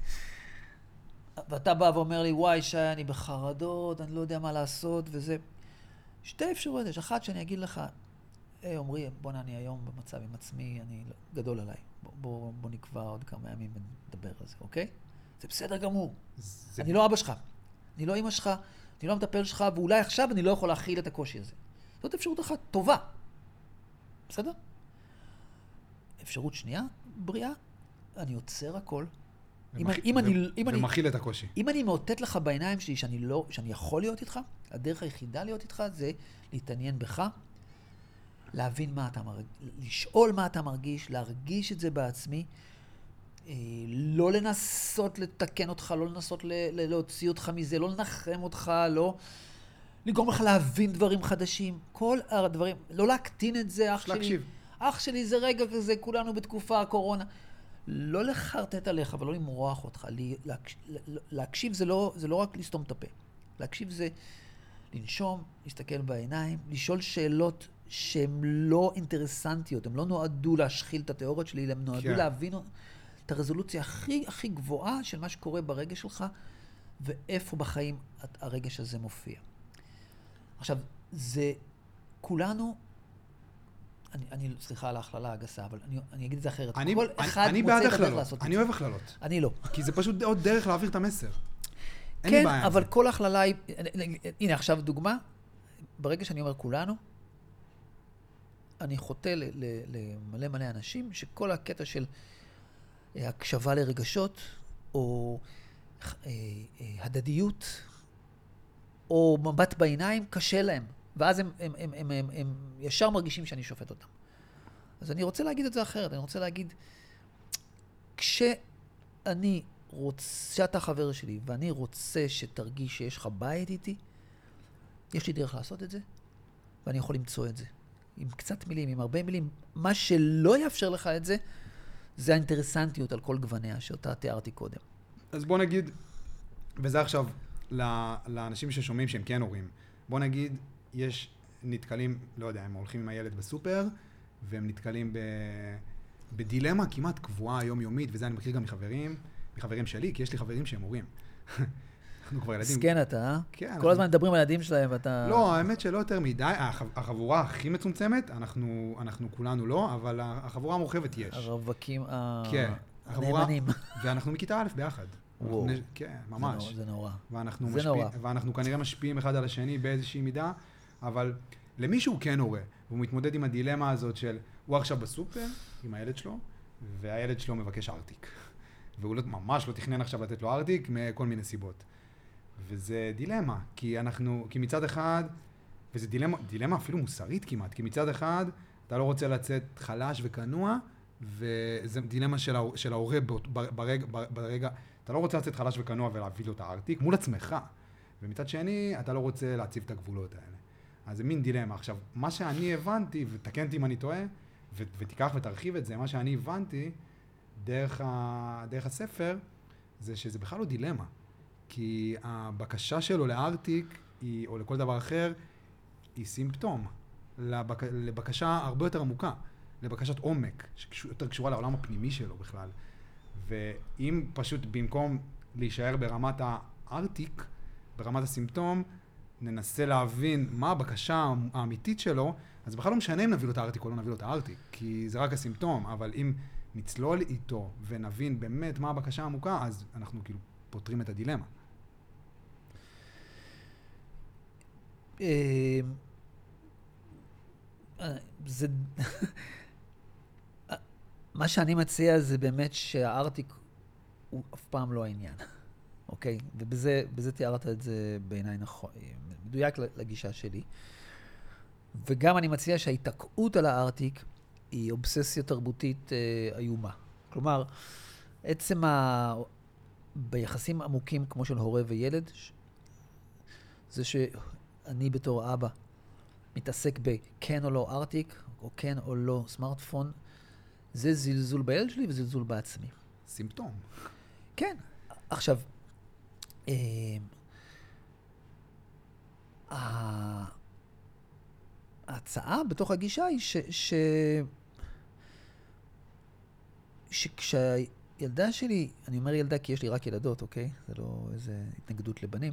S2: ואתה בא ואומר לי, וואי, שי, אני בחרדות, אני לא יודע מה לעשות, וזה... שתי אפשרויות, יש אחת שאני אגיד לך, עומרי, בוא'נה, אני היום במצב עם עצמי, אני גדול עליי. בוא נקבע עוד כמה ימים ונדבר על זה, אוקיי? זה בסדר גמור. אני לא אבא שלך, אני לא אמא שלך, אני לא המטפל שלך, ואולי עכשיו אני לא יכול להכיל את הקושי הזה. זאת אפשרות אחת טובה. בסדר? אפשרות שנייה, בריאה, אני עוצר הכל.
S1: ומכיל את הקושי.
S2: אם אני מאותת לך בעיניים שלי שאני יכול להיות איתך, הדרך היחידה להיות איתך זה להתעניין בך, להבין מה אתה מרגיש, לשאול מה אתה מרגיש, להרגיש את זה בעצמי, לא לנסות לתקן אותך, לא לנסות להוציא אותך מזה, לא לנחם אותך, לא לגרום לך להבין דברים חדשים. כל הדברים, לא להקטין את זה, אח שלי זה רגע כזה, כולנו בתקופה הקורונה. לא לחרטט עליך ולא למרוח אותך. להקשיב זה לא רק לסתום את הפה. להקשיב זה לנשום, להסתכל בעיניים, לשאול שאלות שהן לא אינטרסנטיות, הן לא נועדו להשחיל את התיאוריות שלי, הן נועדו להבין את הרזולוציה הכי גבוהה של מה שקורה ברגש שלך, ואיפה בחיים הרגש הזה מופיע. עכשיו, זה כולנו, אני סליחה על ההכללה הגסה, אבל אני אגיד את זה אחרת. כל אחד מוצא את הדרך לעשות את זה.
S1: אני אוהב הכללות.
S2: אני לא.
S1: כי זה פשוט עוד דרך להעביר את המסר.
S2: כן, אבל כל הכללה היא... הנה, עכשיו דוגמה. ברגע שאני אומר כולנו, אני חוטא למלא אנשים שכל הקטע של הקשבה לרגשות, או הדדיות, או מבט בעיניים, קשה להם. ואז הם ישר מרגישים שאני שופט אותם. אז אני רוצה להגיד את זה אחרת. אני רוצה להגיד, כשאני רוצה, שאתה חבר שלי, ואני רוצה שתרגיש שיש לך בית איתי, יש לי דרך לעשות את זה, ואני יכול למצוא את זה. עם קצת מילים, עם הרבה מילים. מה שלא יאפשר לך את זה, זה האינטרסנטיות על כל גווניה, שאותה תיארתי קודם.
S1: אז בוא נגיד, וזה עכשיו לאנשים ששומעים שהם כן הורים, בוא נגיד, נתקלים, לא יודע, הם הולכים עם הילד בסופר, והם נתקלים בדילמה כמעט קבועה יומיומית, וזה אני מכיר גם מחברים שלי, כי יש לי חברים שהם הורים. אנחנו כבר ילדים.
S2: סכן אתה, אה?
S1: כן.
S2: כל הזמן מדברים על ילדים שלהם, ואתה...
S1: לא, האמת שלא יותר מדי. החבורה הכי מצומצמת, אנחנו כולנו לא, אבל החבורה המורחבת יש.
S2: הרווקים
S1: כן.
S2: הנאמנים.
S1: ואנחנו מכיתה א' ביחד.
S2: וואו.
S1: כן, ממש.
S2: זה נורא.
S1: ואנחנו כנראה משפיעים אחד על השני באיזושהי מידה, אבל למישהו כן הורה, והוא מתמודד עם הדילמה הזאת של, הוא עכשיו בסופר עם הילד שלו, והילד שלו מבקש ארטיק. והוא ממש לא תכנן עכשיו לתת לו ארטיק מכל מיני סיבות. וזה דילמה, כי מצד אחד, וזה דילמה אפילו מוסרית כמעט, כי מצד אחד אתה לא רוצה לצאת חלש וכנוע, וזה דילמה של ההורה ברגע, אתה לא רוצה לצאת חלש וכנוע ולהביא לו את הארטיק מול עצמך, ומצד שני אתה לא רוצה להציב את הגבולות האלה. אז זה מין דילמה. עכשיו, מה שאני הבנתי, ותקן אותי אם אני טועה, ותיקח ותרחיב את זה, מה שאני הבנתי דרך הספר, זה שזה בכלל לא דילמה. כי הבקשה שלו לארטיק, או לכל דבר אחר, היא סימפטום לבקשה הרבה יותר עמוקה, לבקשת עומק, שיותר קשורה לעולם הפנימי שלו בכלל. ואם פשוט במקום להישאר ברמת הארטיק, ברמת הסימפטום, ננסה להבין מה הבקשה האמיתית שלו, אז בכלל לא משנה אם נביא לו את הארטיק או לא נביא לו את הארטיק, כי זה רק הסימפטום, אבל אם נצלול איתו ונבין באמת מה הבקשה העמוקה, אז אנחנו כאילו פותרים את הדילמה.
S2: מה שאני מציע זה באמת שהארטיק הוא אף פעם לא העניין, אוקיי? ובזה תיארת את זה בעיניי נכון, מדויק לגישה שלי. וגם אני מציע שההתעקעות על הארטיק היא אובססיה תרבותית איומה. כלומר, עצם ביחסים עמוקים כמו של הורה וילד, זה שאני בתור אבא מתעסק בכן או לא ארטיק, או כן או לא סמארטפון, זה זלזול בילד שלי וזלזול בעצמי.
S1: סימפטום.
S2: כן. עכשיו, ההצעה בתוך הגישה היא שכשהילדה שלי, אני אומר ילדה כי יש לי רק ילדות, אוקיי? זה לא איזה התנגדות לבנים.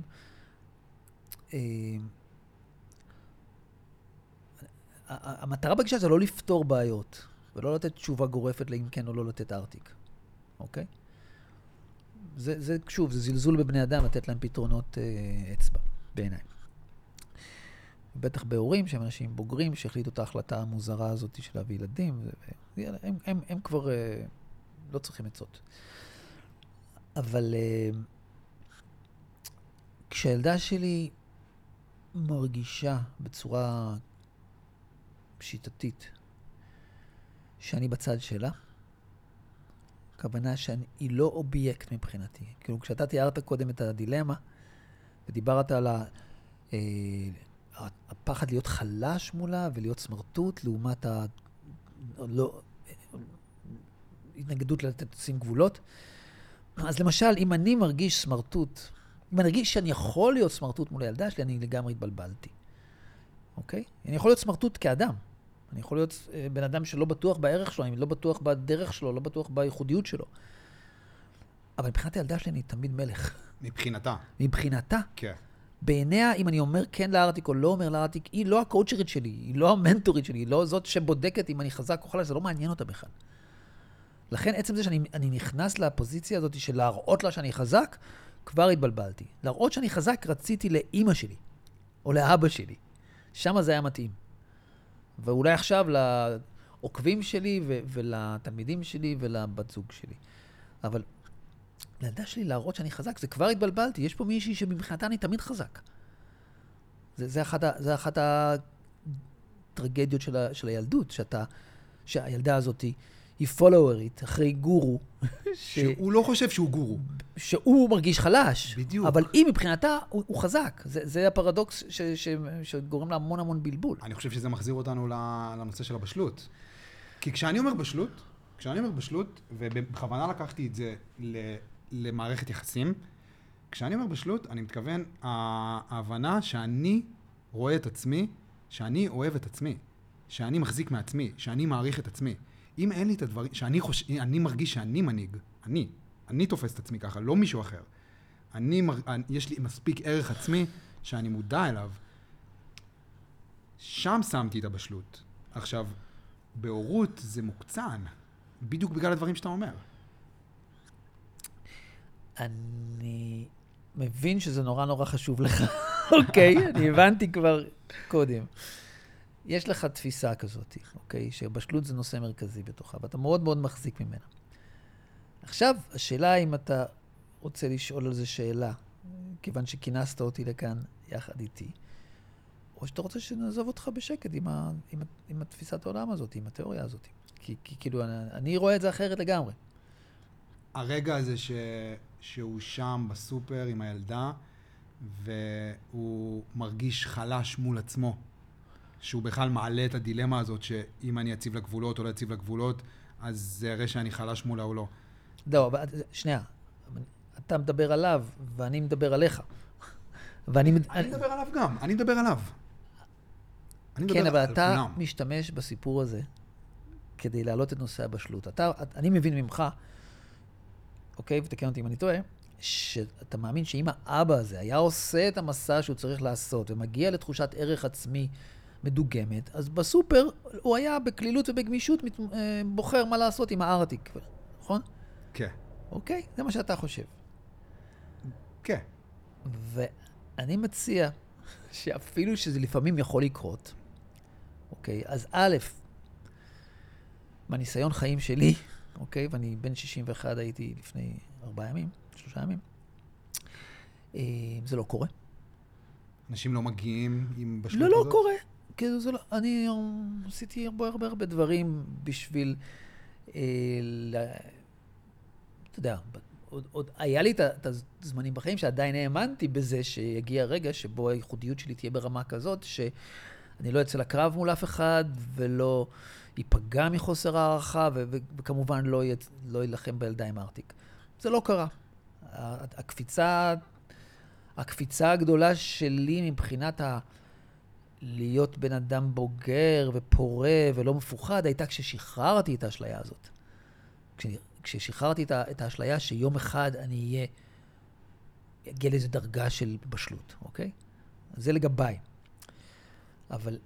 S2: המטרה בגישה זה לא לפתור בעיות, ולא לתת תשובה גורפת לאם כן או לא לתת ארטיק, אוקיי? זה שוב, זה זלזול בבני אדם לתת להם פתרונות אצבע, בעיניי. בטח בהורים שהם אנשים בוגרים שהחליטו את ההחלטה המוזרה הזאת של להביא ילדים, הם כבר לא צריכים עצות. אבל כשהילדה שלי מרגישה בצורה שיטתית שאני בצד שלה, הכוונה שהיא לא אובייקט מבחינתי. כאילו, כשאתה תיארת קודם את הדילמה, ודיברת על הפחד להיות חלש מולה ולהיות סמרטוט, לעומת התנגדות לשים גבולות. אז למשל, אם אני מרגיש סמרטוט, אם אני מרגיש שאני יכול להיות סמרטוט מול הילדה שלי, אני לגמרי התבלבלתי. אוקיי? אני יכול להיות סמרטוט כאדם. אני יכול להיות בן אדם שלא בטוח בערך שלו, אני לא בטוח בדרך שלו, לא בטוח בייחודיות שלו. אבל מבחינת הילדה שלי אני תמיד מלך.
S1: מבחינתה.
S2: מבחינתה.
S1: כן.
S2: בעיניה, אם אני אומר כן לארטיק או לא אומר לארטיק, היא לא הקואוצ'רית שלי, היא לא המנטורית שלי, היא לא זאת שבודקת אם אני חזק או חלש, זה לא מעניין אותה בכלל. לכן עצם זה שאני נכנס לפוזיציה הזאת של להראות לה שאני חזק, כבר התבלבלתי. להראות שאני חזק רציתי לאמא שלי, או לאבא שלי. שם זה היה מתאים. ואולי עכשיו לעוקבים שלי ולתלמידים שלי ולבת זוג שלי. אבל לילדה שלי להראות שאני חזק, זה כבר התבלבלתי. יש פה מישהי שמבחינתה אני תמיד חזק. זה אחת הטרגדיות של הילדות, שהילדה הזאת היא פולוורית אחרי גורו.
S1: שהוא לא חושב שהוא גורו.
S2: שהוא מרגיש חלש.
S1: בדיוק.
S2: אבל היא מבחינתה הוא חזק. זה הפרדוקס שגורם לה המון המון בלבול.
S1: אני חושב שזה מחזיר אותנו לנושא של הבשלות. כי כשאני אומר בשלות, ובכוונה לקחתי את זה למערכת יחסים, כשאני אומר בשלות, אני מתכוון ההבנה שאני רואה את עצמי, שאני אוהב את עצמי, שאני מחזיק מעצמי, שאני מעריך את עצמי. אם אין לי את הדברים, אני מרגיש שאני מנהיג, אני תופס את עצמי ככה, לא מישהו אחר. יש לי מספיק ערך עצמי שאני מודע אליו. שם שמתי את הבשלות. עכשיו, בהורות זה מוקצן, בדיוק בגלל הדברים שאתה אומר.
S2: אני מבין שזה נורא נורא חשוב לך, אוקיי? אני הבנתי כבר קודם. יש לך תפיסה כזאת, אוקיי? שבשלות זה נושא מרכזי בתוכה, ואתה מאוד מאוד מחזיק ממנה. עכשיו, השאלה אם אתה רוצה לשאול על זה שאלה, כיוון שכינסת אותי לכאן יחד איתי, או שאתה רוצה שנעזוב אותך בשקט עם התפיסת העולם הזאת, עם התיאוריה הזאת. כי כאילו, אני רואה את זה אחרת לגמרי.
S1: הרגע הזה שהוא שם בסופר עם הילדה, והוא מרגיש חלש מול עצמו, שהוא בכלל מעלה את הדילמה הזאת, שאם אני אציב לגבולות או לא אציב לגבולות, אז זה יראה שאני חלש מולה או לא.
S2: לא, שנייה. אתה מדבר עליו, ואני מדבר עליך. אני
S1: מדבר עליו גם, אני מדבר עליו.
S2: כן, אבל אתה משתמש בסיפור הזה כדי להעלות את נושא הבשלות. אני מבין ממך, אוקיי, ותקן אותי אם אני טועה, שאתה מאמין שאם האבא הזה היה עושה את המסע שהוא צריך לעשות, ומגיע לתחושת ערך עצמי מדוגמת, אז בסופר הוא היה בכלילות ובגמישות בוחר מה לעשות עם הארטיק, נכון?
S1: כן.
S2: אוקיי? זה מה שאתה חושב.
S1: כן.
S2: ואני מציע שאפילו שזה לפעמים יכול לקרות, אוקיי? אז א', מהניסיון חיים שלי, אוקיי? ואני בן 61 הייתי לפני 4 ימים, 3 ימים. זה לא קורה.
S1: אנשים לא מגיעים עם בשלות
S2: לא,
S1: הזאת?
S2: לא קורה. כאילו זה לא, אני עשיתי הרבה דברים בשביל, אתה יודע, עוד היה לי את הזמנים בחיים שעדיין האמנתי בזה שיגיע הרגע שבו הייחודיות שלי תהיה ברמה כזאת, שאני לא אצא לקרב מול אף אחד ולא ייפגע מחוסר הערכה, וכמובן לא ילחם בילדה עם ארטיק. זה לא קרה. הקפיצה הגדולה שלי מבחינת להיות בן אדם בוגר ופורה ולא מפוחד, הייתה כששחררתי את האשליה הזאת. כששחררתי את האשליה שיום אחד אני אגיע לאיזו דרגה של בשלות, אוקיי? זה לגביי. אבל,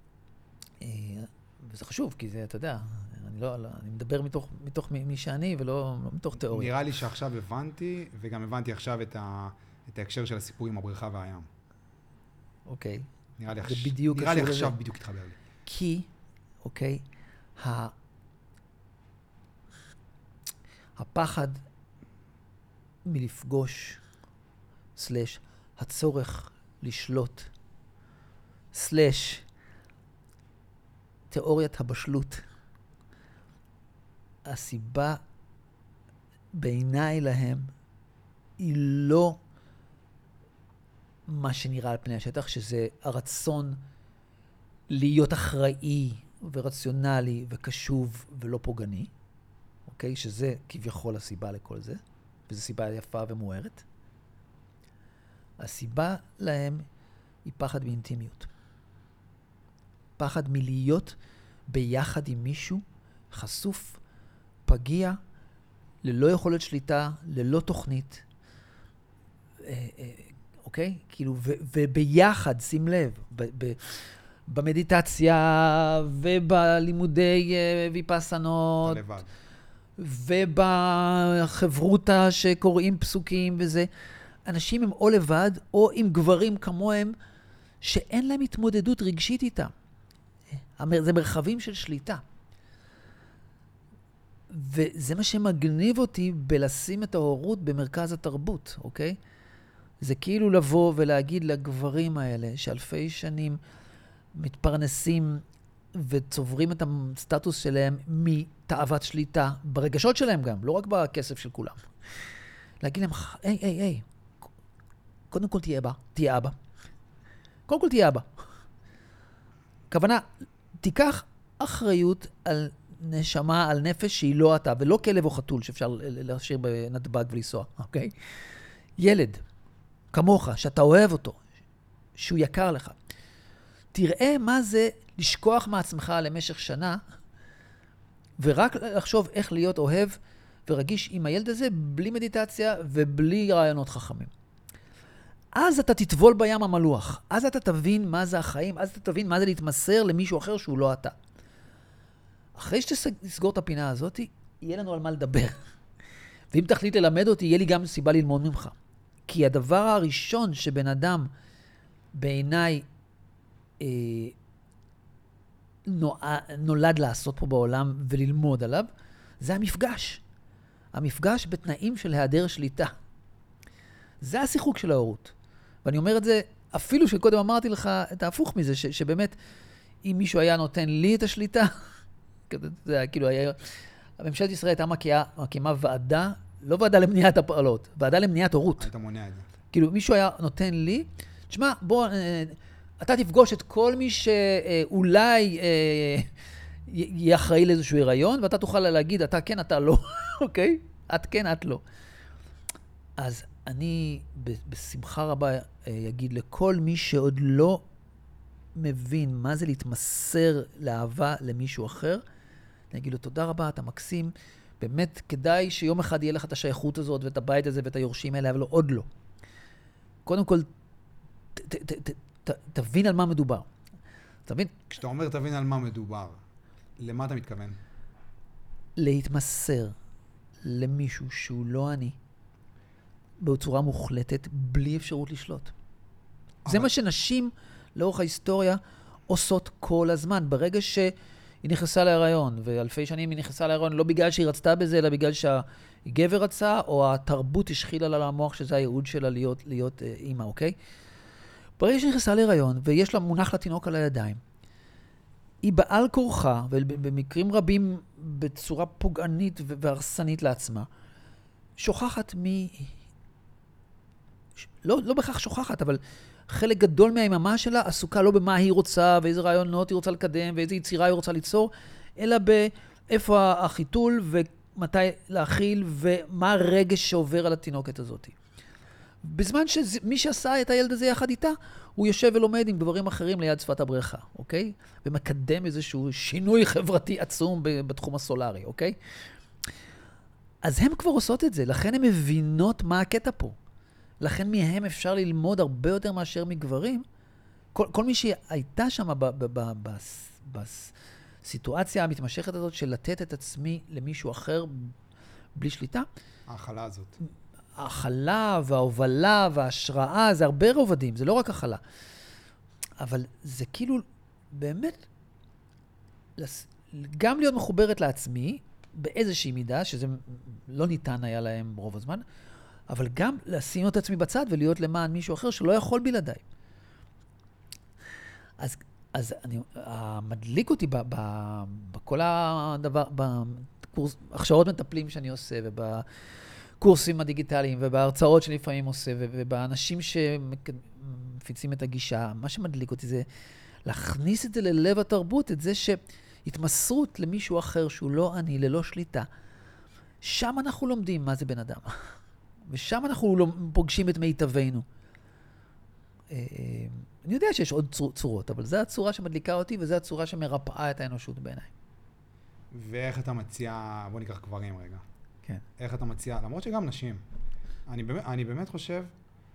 S2: וזה חשוב, כי זה, אתה יודע, אני מדבר מתוך מי שאני ולא מתוך תיאוריה.
S1: נראה לי שעכשיו הבנתי, וגם הבנתי עכשיו את ההקשר של הסיפור עם הבריכה והים.
S2: אוקיי.
S1: נראה לי
S2: עכשיו
S1: עכשיו בדיוק התחבר לי.
S2: כי, אוקיי, הפחד מלפגוש, הצורך לשלוט, תיאוריית הבשלות, הסיבה בעיניי להם היא לא מה שנראה על פני השטח, שזה הרצון להיות אחראי ורציונלי וקשוב ולא פוגעני, אוקיי? שזה כביכול הסיבה לכל זה, וזו סיבה יפה ומוארת. הסיבה להם היא פחד מאינטימיות. פחד מלהיות ביחד עם מישהו חשוף, פגיע, ללא יכולת שליטה, ללא תוכנית, אוקיי? כאילו, וביחד, שים לב, במדיטציה ובלימודי ויפסנות, ובחברותה שקוראים פסוקים וזה, אנשים הם או לבד, או עם גברים כמוהם, שאין להם התמודדות רגשית איתם. זה מרחבים של שליטה. וזה מה שמגניב אותי בלשים את ההורות במרכז התרבות, אוקיי? זה כאילו לבוא ולהגיד לגברים האלה שאלפי שנים מתפרנסים וצוברים את הסטטוס שלהם מתאוות שליטה, ברגשות שלהם גם, לא רק בכסף של כולם. להגיד להם, היי, קודם כל תהיה אבא. קודם כל תהיה אבא. הכוונה, תיקח אחריות על נשמה, על נפש שהיא לא אתה, ולא כלב או חתול שאפשר להשאיר בנתב"ג ולנסוע, אוקיי? ילד, כמוך, שאתה אוהב אותו, שהוא יקר לך. תראה מה זה לשכוח מעצמך למשך שנה, ורק לחשוב איך להיות אוהב ורגיש עם הילד הזה, בלי מדיטציה ובלי רעיונות חכמים. אז אתה תטבול בים המלוח, אז אתה תבין מה זה החיים, אז אתה תבין מה זה להתמסר למישהו אחר שהוא לא אתה. אחרי שתסגור את הפינה הזאת, יהיה לנו על מה לדבר. ואם תחליט ללמד אותי, יהיה לי גם סיבה ללמוד ממך. כי הדבר הראשון שבן אדם בעיניי נולד לעשות פה בעולם וללמוד עליו, זה המפגש. המפגש בתנאים של היעדר שליטה. זה השיחוק של ההורות. ואני אומר את זה, אפילו שקודם אמרתי לך את ההפוך מזה, שבאמת, אם מישהו היה נותן לי את השליטה, זה היה כאילו, ממשלת ישראל הייתה מקימה ועדה, לא ועדה למניעת הפעלות, ועדה למניעת הורות.
S1: היית מונע את זה.
S2: כאילו, מישהו היה נותן לי, תשמע, בוא, אתה תפגוש את כל מי שאולי יהיה אחראי לאיזשהו הריון, ואתה תוכל להגיד, אתה כן, אתה לא, אוקיי? את כן, את לא. אז אני בשמחה רבה אגיד לכל מי שעוד לא מבין מה זה להתמסר לאהבה למישהו אחר, אני אגיד לו, תודה רבה, אתה מקסים, באמת כדאי שיום אחד יהיה לך את השייכות הזאת, ואת הבית הזה, ואת היורשים האלה, אבל עוד לא. קודם כל, תבין על מה מדובר. תבין?
S1: כשאתה אומר תבין על מה מדובר, למה אתה מתכוון?
S2: להתמסר למישהו שהוא לא אני, בצורה מוחלטת, בלי אפשרות לשלוט. זה מה שנשים לאורך ההיסטוריה עושות כל הזמן. ברגע היא נכנסה להיריון, ואלפי שנים היא נכנסה להיריון לא בגלל שהיא רצתה בזה, אלא בגלל שהגבר רצה, או התרבות השחילה לה למוח שזה הייעוד שלה להיות אימא, אוקיי? ברגע שהיא נכנסה להיריון, ויש לה מונח לתינוק על הידיים, היא בעל כורחה, ובמקרים רבים בצורה פוגענית והרסנית לעצמה, שוכחת לא בכך שוכחת, אבל חלק גדול מהיממה שלה עסוקה לא במה היא רוצה, ואיזה רעיונות היא רוצה לקדם, ואיזה יצירה היא רוצה ליצור, אלא באיפה החיתול, ומתי להכיל, ומה הרגש שעובר על התינוקת הזאת. בזמן שמי שעשה את הילד הזה יחד איתה, הוא יושב ולומד עם דברים אחרים ליד שפת הבריכה, אוקיי? ומקדם איזשהו שינוי חברתי עצום בתחום הסולרי, אוקיי? אז הן כבר עושות את זה, לכן הן מבינות מה הקטע פה. לכן מהם אפשר ללמוד הרבה יותר מאשר מגברים. כל מי שהייתה שם בסיטואציה המתמשכת הזאת של לתת את עצמי למישהו אחר בלי שליטה.
S1: ההכלה הזאת.
S2: ההכלה וההובלה וההשראה, זה הרבה רובדים, זה לא רק הכלה. אבל זה כאילו באמת גם להיות מחוברת לעצמי באיזושהי מידה, שזה לא ניתן היה להם רוב הזמן, אבל גם לשים את עצמי בצד ולהיות למען מישהו אחר שלא יכול בלעדיי. אז מדליק אותי בכל הדבר, בהכשרות מטפלים שאני עושה, ובקורסים הדיגיטליים, ובהרצאות שאני לפעמים עושה, ובאנשים שמפיצים את הגישה, מה שמדליק אותי זה להכניס את זה ללב התרבות, את זה שהתמסרות למישהו אחר שהוא לא אני, ללא שליטה. שם אנחנו לומדים מה זה בן אדם. ושם אנחנו פוגשים את מיטבנו. אני יודע שיש עוד צורות, אבל זו הצורה שמדליקה אותי, וזו הצורה שמרפאה את האנושות בעיניי.
S1: ואיך אתה מציע, בוא ניקח גברים רגע.
S2: כן.
S1: איך אתה מציע, למרות שגם נשים, אני באמת חושב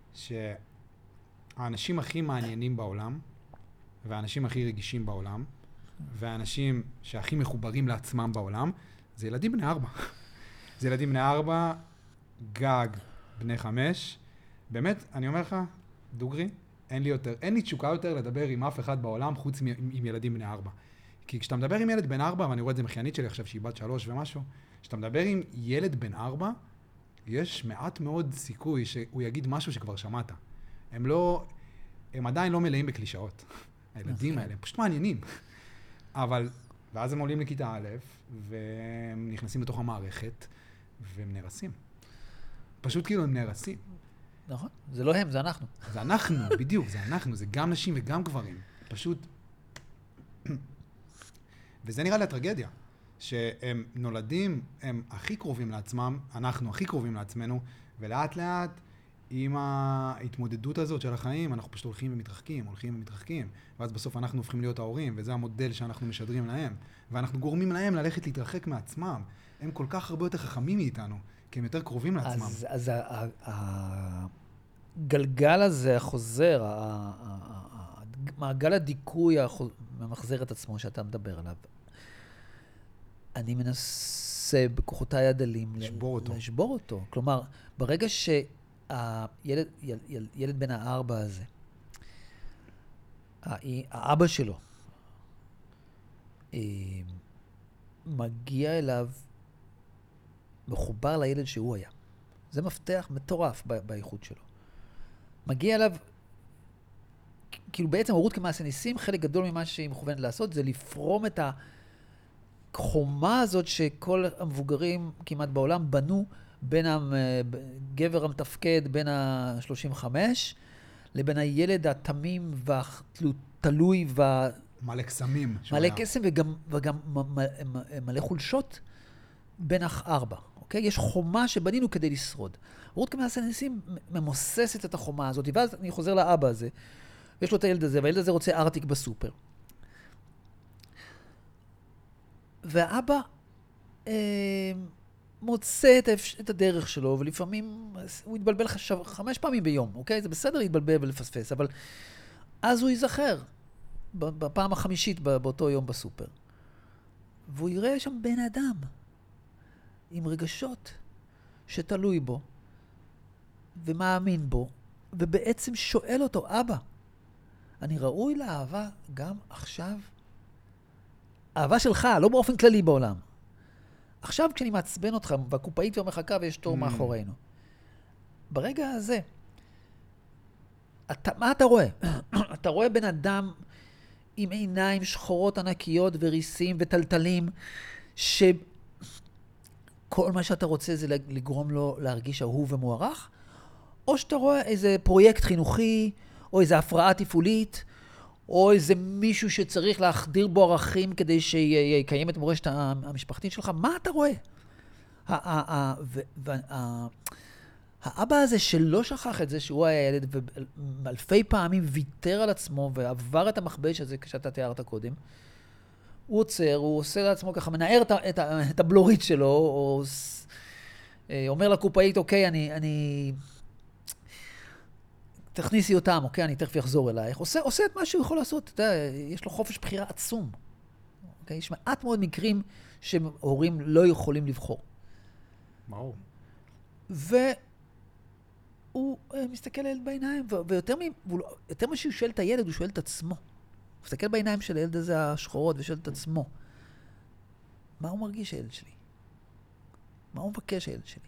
S1: שהאנשים הכי מעניינים בעולם, והאנשים הכי רגישים בעולם, והאנשים שהכי מחוברים לעצמם בעולם, זה ילדים בני 4. זה ילדים בני 4, גג, בני 5. באמת, אני אומר לך, דוגרי, אין לי תשוקה יותר לדבר עם אף אחד בעולם חוץ עם ילדים בני 4. כי כשאתה מדבר עם ילד בן 4, ואני רואה את זה מחיינית שלי עכשיו שהיא בת 3 ומשהו, כשאתה מדבר עם ילד בן 4, יש מעט מאוד סיכוי שהוא יגיד משהו שכבר שמעת. הם עדיין לא מלאים בקלישאות. הילדים האלה, הם פשוט מעניינים. אבל, ואז הם עולים לכיתה א', והם נכנסים לתוך המערכת, והם נרסים. פשוט כאילו הם נרסים.
S2: נכון, זה לא הם, זה אנחנו.
S1: זה אנחנו, בדיוק, זה אנחנו, זה גם נשים וגם גברים. פשוט... וזה נראה לי הטרגדיה, שהם נולדים, הם הכי קרובים לעצמם, אנחנו הכי קרובים לעצמנו, ולאט לאט, עם ההתמודדות הזאת של החיים, אנחנו פשוט הולכים ומתרחקים, ואז בסוף אנחנו הופכים להיות ההורים, וזה המודל שאנחנו משדרים להם, ואנחנו גורמים להם ללכת להתרחק מעצמם. הם כל כך הרבה יותר חכמים מאיתנו, כי הם יותר קרובים לעצמם.
S2: אז הגלגל הזה החוזר, מעגל הדיכוי המחזר את עצמו שאתה מדבר עליו, אני מנסה בכוחותיי הדלים לשבור אותו. כלומר, ברגע שהילד בן 4 הזה, האבא שלו, מגיע אליו מחובר לילד שהוא היה. זה מפתח מטורף באיכות שלו. מגיע אליו, כאילו בעצם הורות כמעשה ניסים, חלק גדול ממה שהיא מכוונת לעשות, זה לפרום את החומה הזאת שכל המבוגרים כמעט בעולם בנו בין הגבר המתפקד, בין ה-35, לבין הילד התמים והתלוי
S1: מלא קסמים.
S2: מלא קסם וגם מלא חולשות בין 4. אוקיי? יש חומה שבנינו כדי לשרוד. רות כמעשה ניסים ממוססת את החומה הזאת, ואז אני חוזר לאבא הזה, יש לו את הילד הזה, והילד הזה רוצה ארטיק בסופר. והאבא מוצא את הדרך שלו, ולפעמים הוא יתבלבל 5 פעמים ביום, אוקיי? זה בסדר להתבלבל ולפספס, אבל אז הוא ייזכר בפעם החמישית באותו יום בסופר. והוא יראה שם בן אדם עם רגשות שתלוי בו ומאמין בו, ובעצם שואל אותו, אבא, אני ראוי לאהבה גם עכשיו? אהבה שלך, לא באופן כללי בעולם. עכשיו כשאני מעצבן אותך, והקופאית כבר מחכה ויש תור מאחורינו. ברגע הזה, מה אתה רואה? אתה רואה בן אדם עם עיניים שחורות ענקיות וריסים וטלטלים, שכל מה שאתה רוצה זה לגרום לו להרגיש אהוב ומוערך, או שאתה רואה איזה פרויקט חינוכי, או איזה הפרעה תפעולית, או איזה מישהו שצריך להחדיר בו ערכים כדי שיקיים את מורשת המשפחתית שלך. מה אתה רואה? האבא הזה שלא שכח את זה שהוא היה ילד, ואלפי פעמים ויתר על עצמו ועבר את המכבש הזה כשאתה תיארת קודם, הוא עוצר, הוא עושה לעצמו ככה, מנער את הבלורית שלו, או אומר לקופאית, אוקיי, אני תכניסי אותם, אוקיי, אני תכף אחזור אלייך. עושה את מה שהוא יכול לעשות. אתה יודע, יש לו חופש בחירה עצום. אוקיי? יש מעט מאוד מקרים שהורים לא יכולים לבחור.
S1: ברור.
S2: והוא מסתכל לילד בעיניים, ויותר מה שהוא שואל את הילד, הוא שואל את עצמו. הוא מסתכל בעיניים של הילד הזה השחורות, ושואל את עצמו. מה הוא מרגיש הילד שלי? מה הוא מבקש הילד שלי?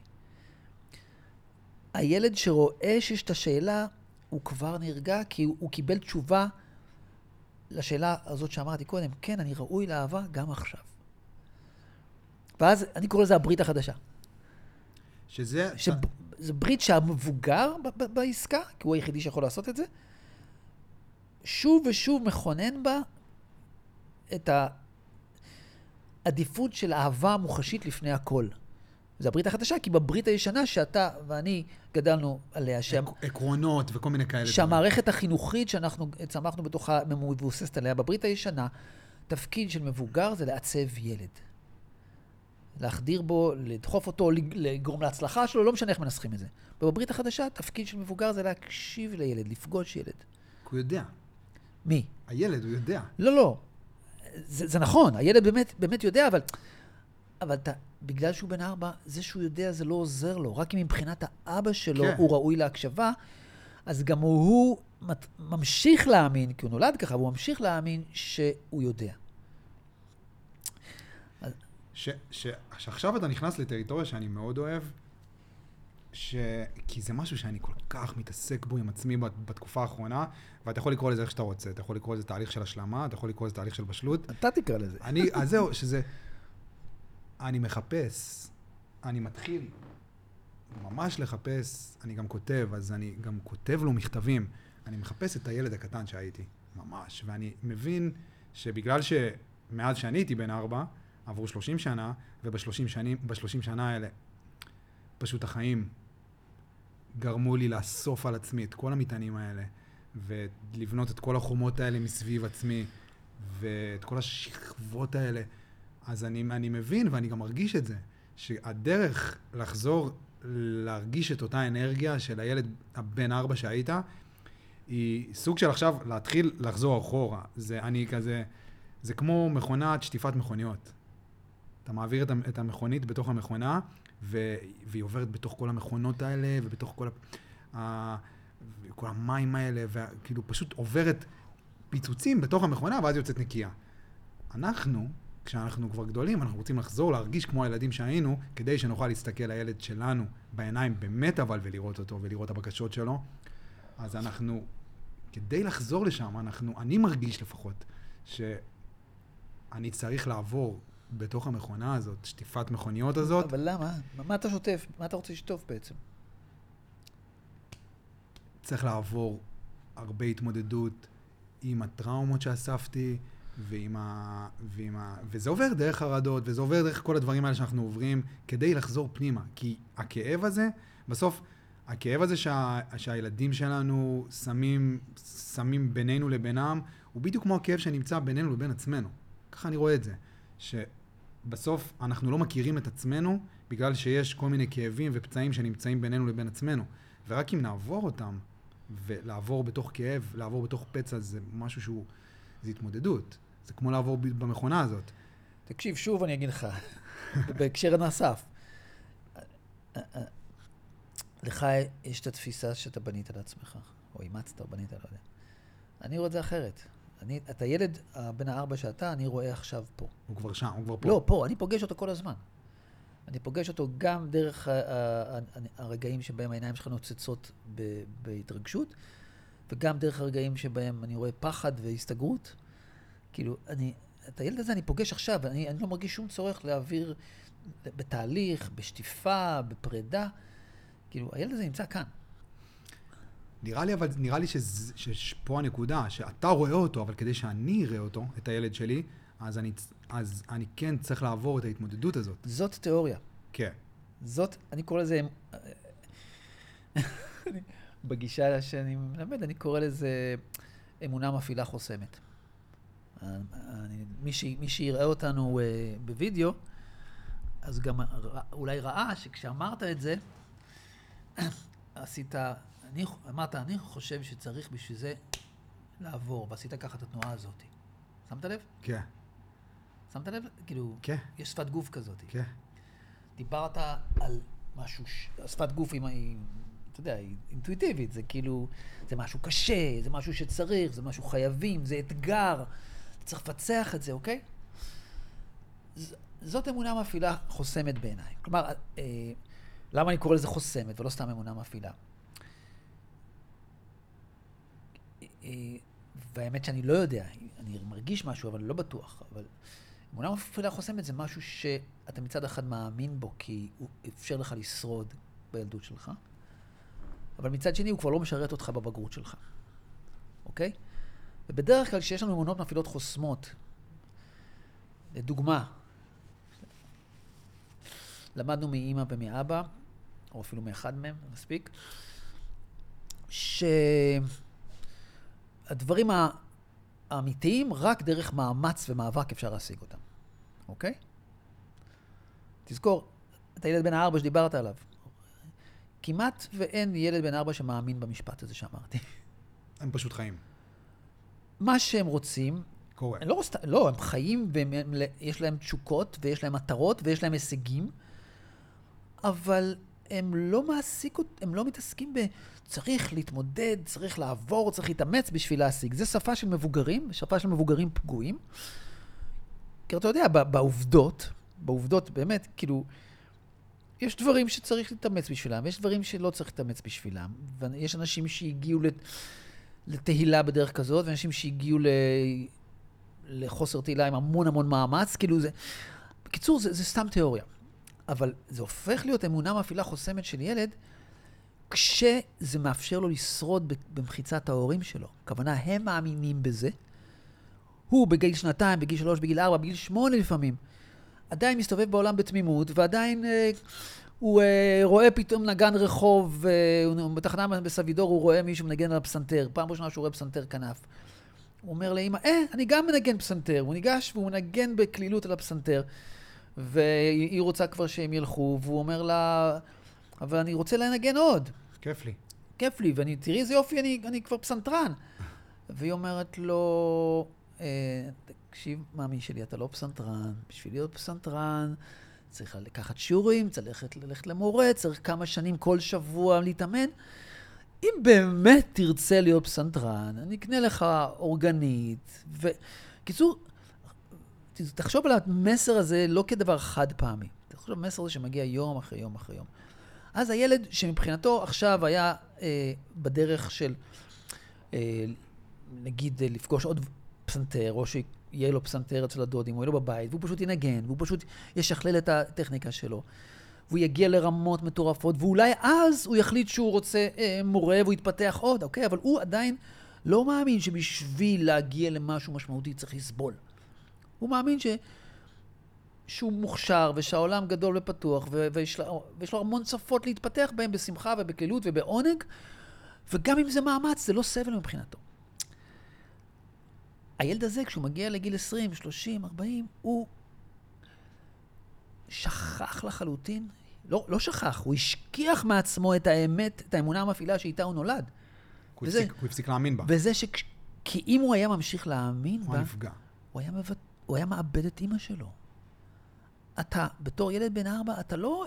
S2: הילד שרואה שיש את השאלה, הוא כבר נרגע, כי הוא קיבל תשובה לשאלה הזאת שאמרתי קודם. כן, אני ראוי לאהבה גם עכשיו. ואז אני קורא לזה הברית החדשה. זה ברית שהמבוגר בעסקה, כי הוא היחידי שיכול לעשות את זה, שוב ושוב מכונן בה את העדיפות של אהבה מוחשית לפני הכל. זה הברית החדשה, כי בברית הישנה שאתה ואני גדלנו עליה,
S1: עקרונות וכל מיני כאלה.
S2: שהמערכת החינוכית שאנחנו צמחנו בתוכה מבוססת עליה, בברית הישנה, תפקיד של מבוגר זה לעצב ילד. להחדיר בו, לדחוף אותו, לגרום להצלחה שלו, לא משנה איך מנסחים את זה. ובברית החדשה, תפקיד של מבוגר זה להקשיב לילד, לפגוש ילד.
S1: הוא יודע.
S2: מי?
S1: הילד, הוא יודע.
S2: לא. זה נכון, הילד באמת יודע, אבל בגלל שהוא בן 4, זה שהוא יודע זה לא עוזר לו. רק אם מבחינת האבא שלו הוא ראוי להקשבה, אז גם הוא ממשיך להאמין, כי הוא נולד ככה, והוא ממשיך להאמין שהוא יודע.
S1: שעכשיו אתה נכנס לטריטוריה שאני מאוד אוהב, כי זה משהו שאני כל כך מתעסק בו עם עצמי בתקופה האחרונה, ואתה יכול לקרוא לזה איך שאתה רוצה. אתה יכול לקרוא לזה תהליך של השלמה, אתה יכול לקרוא לזה תהליך של בשלות.
S2: אתה תקרא לזה.
S1: אז זהו, אני מחפש, אני מתחיל ממש לחפש, אני גם כותב, אז אני גם כותב לו מכתבים. אני מחפש את הילד הקטן שהייתי, ממש. ואני מבין שבגלל שמאז שאני הייתי בן 4, עברו 30 שנה, וב-30 שנה האלה, פשוט החיים גרמו לי לאסוף על עצמי את כל המטענים האלה, ולבנות את כל החומות האלה מסביב עצמי, ואת כל השכבות האלה. אז אני מבין, ואני גם מרגיש את זה, שהדרך לחזור להרגיש את אותה אנרגיה של הילד הבן 4 שהיית, היא סוג של עכשיו להתחיל לחזור אחורה. זה כמו מכונת שטיפת מכוניות. אתה מעביר את המכונית בתוך המכונה, והיא עוברת בתוך כל המכונות האלה, ובתוך כל המים האלה, וכאילו פשוט עוברת פיצוצים בתוך המכונה, ואז יוצאת נקייה. כשאנחנו כבר גדולים, אנחנו רוצים לחזור להרגיש כמו הילדים שהיינו, כדי שנוכל להסתכל לילד שלנו בעיניים באמת אבל, ולראות אותו, ולראות הבקשות שלו. אז כדי לחזור לשם, אני מרגיש לפחות, שאני צריך לעבור בתוך המכונה הזאת, שטיפת מכוניות הזאת.
S2: אבל למה? מה אתה שוטף? מה אתה רוצה לשטוף בעצם?
S1: צריך לעבור הרבה התמודדות עם הטראומות שאספתי, וזה עובר דרך חרדות, וזה עובר דרך כל הדברים האלה שאנחנו עוברים, כדי לחזור פנימה. כי הכאב הזה, בסוף, הכאב הזה שהילדים שלנו שמים בינינו לבינם, הוא בדיוק כמו הכאב שנמצא בינינו לבין עצמנו. ככה אני רואה את זה. שבסוף אנחנו לא מכירים את עצמנו, בגלל שיש כל מיני כאבים ופצעים שנמצאים בינינו לבין עצמנו. ורק אם נעבור אותם, ולעבור בתוך כאב, לעבור בתוך פצע, זה משהו שהוא, זה התמודדות. זה כמו לעבור במכונה הזאת.
S2: תקשיב, שוב אני אגיד לך, בהקשר נוסף. לך יש את התפיסה שאתה בנית לעצמך, או אימצת או בנית, לא יודע. אני רואה את זה אחרת. את הילד בן 4 שאתה, אני רואה עכשיו פה.
S1: הוא כבר שם, הוא כבר פה.
S2: לא, פה, אני פוגש אותו כל הזמן. אני פוגש אותו גם דרך הרגעים שבהם העיניים שלך נוצצות בהתרגשות, וגם דרך הרגעים שבהם אני רואה פחד והסתגרות. כאילו, את הילד הזה אני פוגש עכשיו, אני לא מרגיש שום צורך להעביר בתהליך, בשטיפה, בפרידה. כאילו, הילד הזה נמצא כאן.
S1: נראה לי שפה הנקודה, שאתה רואה אותו, אבל כדי שאני אראה אותו, את הילד שלי, אז אני כן צריך לעבור את ההתמודדות הזאת.
S2: זאת תיאוריה.
S1: כן.
S2: זאת, אני קורא לזה, בגישה שאני מלמד, אני קורא לזה אמונה מפעילה חוסמת. מי שיראה אותנו בווידאו, אז גם אולי ראה שכשאמרת את זה, אמרת, אני חושב שצריך בשביל זה לעבור, ועשית ככה את התנועה הזאת. שמת לב?
S1: כן.
S2: שמת לב? כאילו,
S1: כן.
S2: יש שפת גוף כזאת.
S1: כן.
S2: דיברת על משהו, שפת גוף היא, אתה יודע, היא אינטואיטיבית, זה כאילו, זה משהו קשה, זה משהו שצריך, זה משהו חייבים, זה אתגר, צריך לפצח את זה, אוקיי? זאת אמונה מפעילה חוסמת בעיניי. כלומר, למה אני קורא לזה חוסמת ולא סתם אמונה מפעילה? והאמת שאני לא יודע, אני מרגיש משהו, אבל לא בטוח. אבל אמונה מפעילה חוסמת זה משהו שאתה מצד אחד מאמין בו, כי הוא אפשר לך לשרוד בילדות שלך, אבל מצד שני הוא כבר לא משרת אותך בבגרות שלך. אוקיי? ובדרך כלל כשיש לנו אמונות מפעילות חוסמות, לדוגמה, למדנו מאמא ומאבא, או אפילו מאחד מהם, מספיק, שהדברים האמיתיים רק דרך מאמץ ומאבק אפשר להשיג אותם. אוקיי? תזכור, את הילד בן 4 שדיברת עליו. כמעט ואין ילד בן 4 שמאמין במשפט הזה שאמרתי.
S1: הם פשוט חיים.
S2: מה שהם רוצים,
S1: קורה.
S2: לא, הם חיים ויש להם תשוקות ויש להם מטרות ויש להם הישגים, אבל הם לא מתעסקים צריך להתמודד, צריך לעבור, צריך להתאמץ בשביל להשיג. זה שפה של מבוגרים, שפה של מבוגרים פגועים. כי אתה יודע, בעובדות באמת, כאילו, יש דברים שצריך להתאמץ בשבילם, ויש דברים שלא צריך להתאמץ בשבילם. ויש אנשים שהגיעו לתהילה בדרך כזאת, ואנשים שהגיעו לחוסר תהילה עם המון המון מאמץ. כאילו זה, בקיצור, זה סתם תיאוריה. אבל זה הופך להיות אמונה מפעילה חוסמת של ילד, כשזה מאפשר לו לשרוד במחיצת ההורים שלו. הכוונה, הם מאמינים בזה. הוא בגיל 2, בגיל 3, בגיל 4, בגיל 8 לפעמים, עדיין מסתובב בעולם בתמימות, ועדיין הוא רואה פתאום נגן רחוב, בתחנה בסבידור הוא רואה מישהו מנגן על הפסנתר, פעם ראשונה שהוא רואה פסנתר כנף. הוא אומר לאמא, אני גם מנגן פסנתר. הוא ניגש והוא מנגן בכלילות על הפסנתר, והיא רוצה כבר שהם ילכו, והוא אומר לה, אבל אני רוצה לנגן עוד. כיף לי, תראי איזה יופי, אני כבר פסנתרן. והיא אומרת לו, תקשיב, מאמי שלי, אתה לא פסנתרן. בשביל להיות פסנתרן, צריך לקחת שיעורים, צריך ללכת למורה, צריך כמה שנים כל שבוע להתאמן. אם באמת תרצה להיות פסנתרן, אני אקנה לך אורגנית. קיצור, תחשוב על המסר הזה לא כדבר חד פעמי. תחשוב על המסר הזה שמגיע יום אחרי יום אחרי יום. אז הילד שמבחינתו עכשיו היה בדרך של, נגיד, לפגוש עוד פסנתר, או שיהיה לו פסנתר אצל הדודים, או יהיה לו בבית, והוא פשוט ינגן, והוא פשוט ישכלל את הטכניקה שלו, והוא יגיע לרמות מטורפות, ואולי אז הוא יחליט שהוא רוצה מורה, והוא יתפתח עוד, אוקיי? אבל הוא עדיין לא מאמין שבשביל להגיע למשהו משמעותי צריך לסבול. הוא מאמין שהוא מוכשר, ושהעולם גדול ופתוח, ויש לו המון שפות להתפתח בהם בשמחה ובכלילות ובעונג, וגם אם זה מאמץ, זה לא סבל מבחינתו. הילד הזה, כשהוא מגיע לגיל 20, 30, 40, הוא שכח לחלוטין, לא שכח, הוא השכיח מעצמו את האמת, את האמונה המפעילה שאיתה הוא נולד.
S1: הוא הפסיק להאמין בה.
S2: וזה כי אם הוא היה ממשיך להאמין בה,
S1: נפגע.
S2: הוא היה מאבד את אמא שלו. אתה, בתור ילד בן 4, אתה לא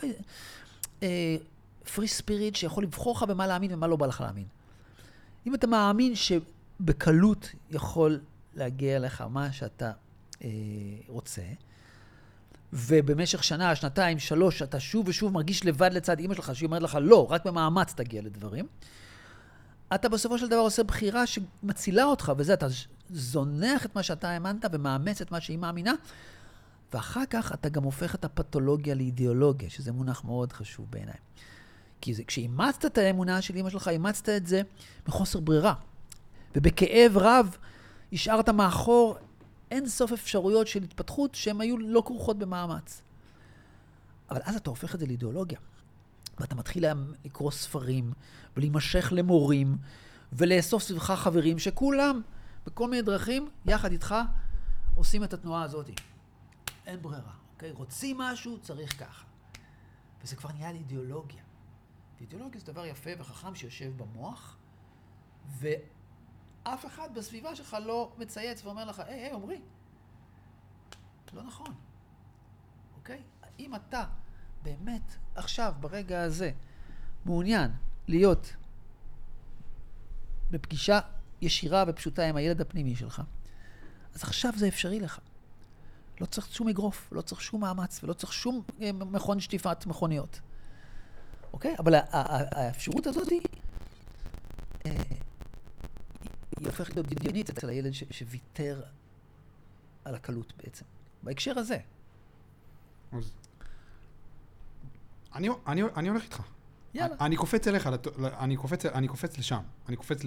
S2: פרי ספיריט שיכול לבחור לך במה להאמין ומה לא בא לך להאמין. אם אתה מאמין שבקלות יכול להגיע לך מה שאתה רוצה, ובמשך שנה, שנתיים, 3, אתה שוב ושוב מרגיש לבד לצד אמא שלך, שהיא אומרת לך, לא, רק במאמץ תגיע לדברים. אתה בסופו של דבר עושה בחירה שמצילה אותך, וזה, אתה זונח את מה שאתה האמנת ומאמץ את מה שהיא מאמינה, ואחר כך אתה גם הופך את הפתולוגיה לאידיאולוגיה, שזה מונח מאוד חשוב בעיניי. כי כשאימצת את האמונה של אמא שלך, אימצת את זה מחוסר ברירה. ובכאב רב השארת מאחור אין סוף אפשרויות של התפתחות שהן היו לא כרוכות במאמץ. אבל אז אתה הופך את זה לאידיאולוגיה. ואתה מתחיל לקרוא ספרים ולהימשך למורים ולאסוף סביבך חברים שכולם בכל מיני דרכים יחד איתך עושים את התנועה הזאת. אין ברירה, אוקיי? רוצים משהו, צריך ככה. וזה כבר נהיה לאידיאולוגיה. ואידיאולוגיה זה דבר יפה וחכם שיושב במוח, ואף אחד בסביבה שלך לא מצייץ ואומר לך, היי, עומרי, לא נכון, אוקיי? אם אתה באמת עכשיו, ברגע הזה, מעוניין להיות בפגישה ישירה ופשוטה עם הילד הפנימי שלך, אז עכשיו זה אפשרי לך. לא צריך שום אגרוף, לא צריך שום מאמץ, ולא צריך שום מכון שטיפת מכוניות. אוקיי? אבל האפשרות הזאת היא הופכת להיות בדיונית אצל הילד שוויתר על הקלות בעצם. בהקשר הזה.
S1: אז אני הולך איתך.
S2: יאללה.
S1: אני קופץ אליך, אני קופץ לשם. אני קופץ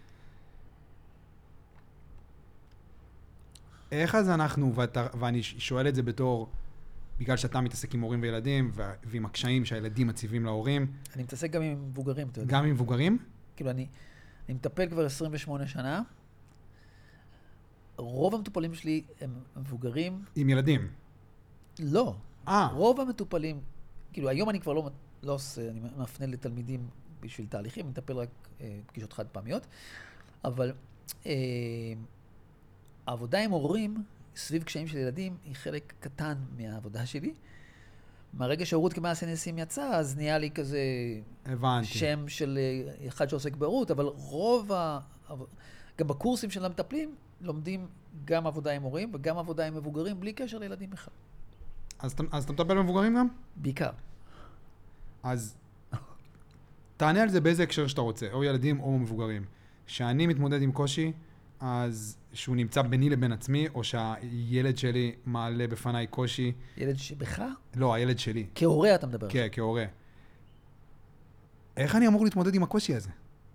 S1: איך אז אנחנו, ואני שואל את זה בתור, בגלל שאתה מתעסק עם הורים וילדים, ועם הקשיים שהילדים מציבים להורים.
S2: אני מתעסק גם עם מבוגרים, אתה יודע.
S1: גם עם מבוגרים?
S2: כאילו, אני מטפל כבר 28 שנה. רוב המטופלים שלי הם מבוגרים.
S1: עם ילדים?
S2: לא. רוב המטופלים, כאילו, היום אני כבר לא עושה, אני מפנה לתלמידים בשביל תהליכים, אני מטפל רק פגישות חד פעמיות, אבל העבודה עם הורים, סביב קשיים של ילדים, היא חלק קטן מהעבודה שלי. מהרגע שהורות כמעט נסים יצא, אז נהיה לי כזה
S1: הבנתי.
S2: שם של אחד שעוסק בהורות, אבל רוב גם בקורסים של המטפלים, לומדים גם עבודה עם הורים וגם עבודה עם מבוגרים, בלי קשר לילדים בכלל.
S1: אז אתה מטפל במבוגרים גם?
S2: בעיקר.
S1: אז תענה על זה באיזה הקשר שאתה רוצה, או ילדים או מבוגרים. שאני מתמודד עם קושי, אז שהוא נמצא ביני לבין עצמי, או שהילד שלי מעלה בפניי קושי.
S2: ילד שבך?
S1: לא, הילד שלי.
S2: כהורה אתה מדבר.
S1: כן, כהורה. איך אני אמור להתמודד עם הקושי הזה?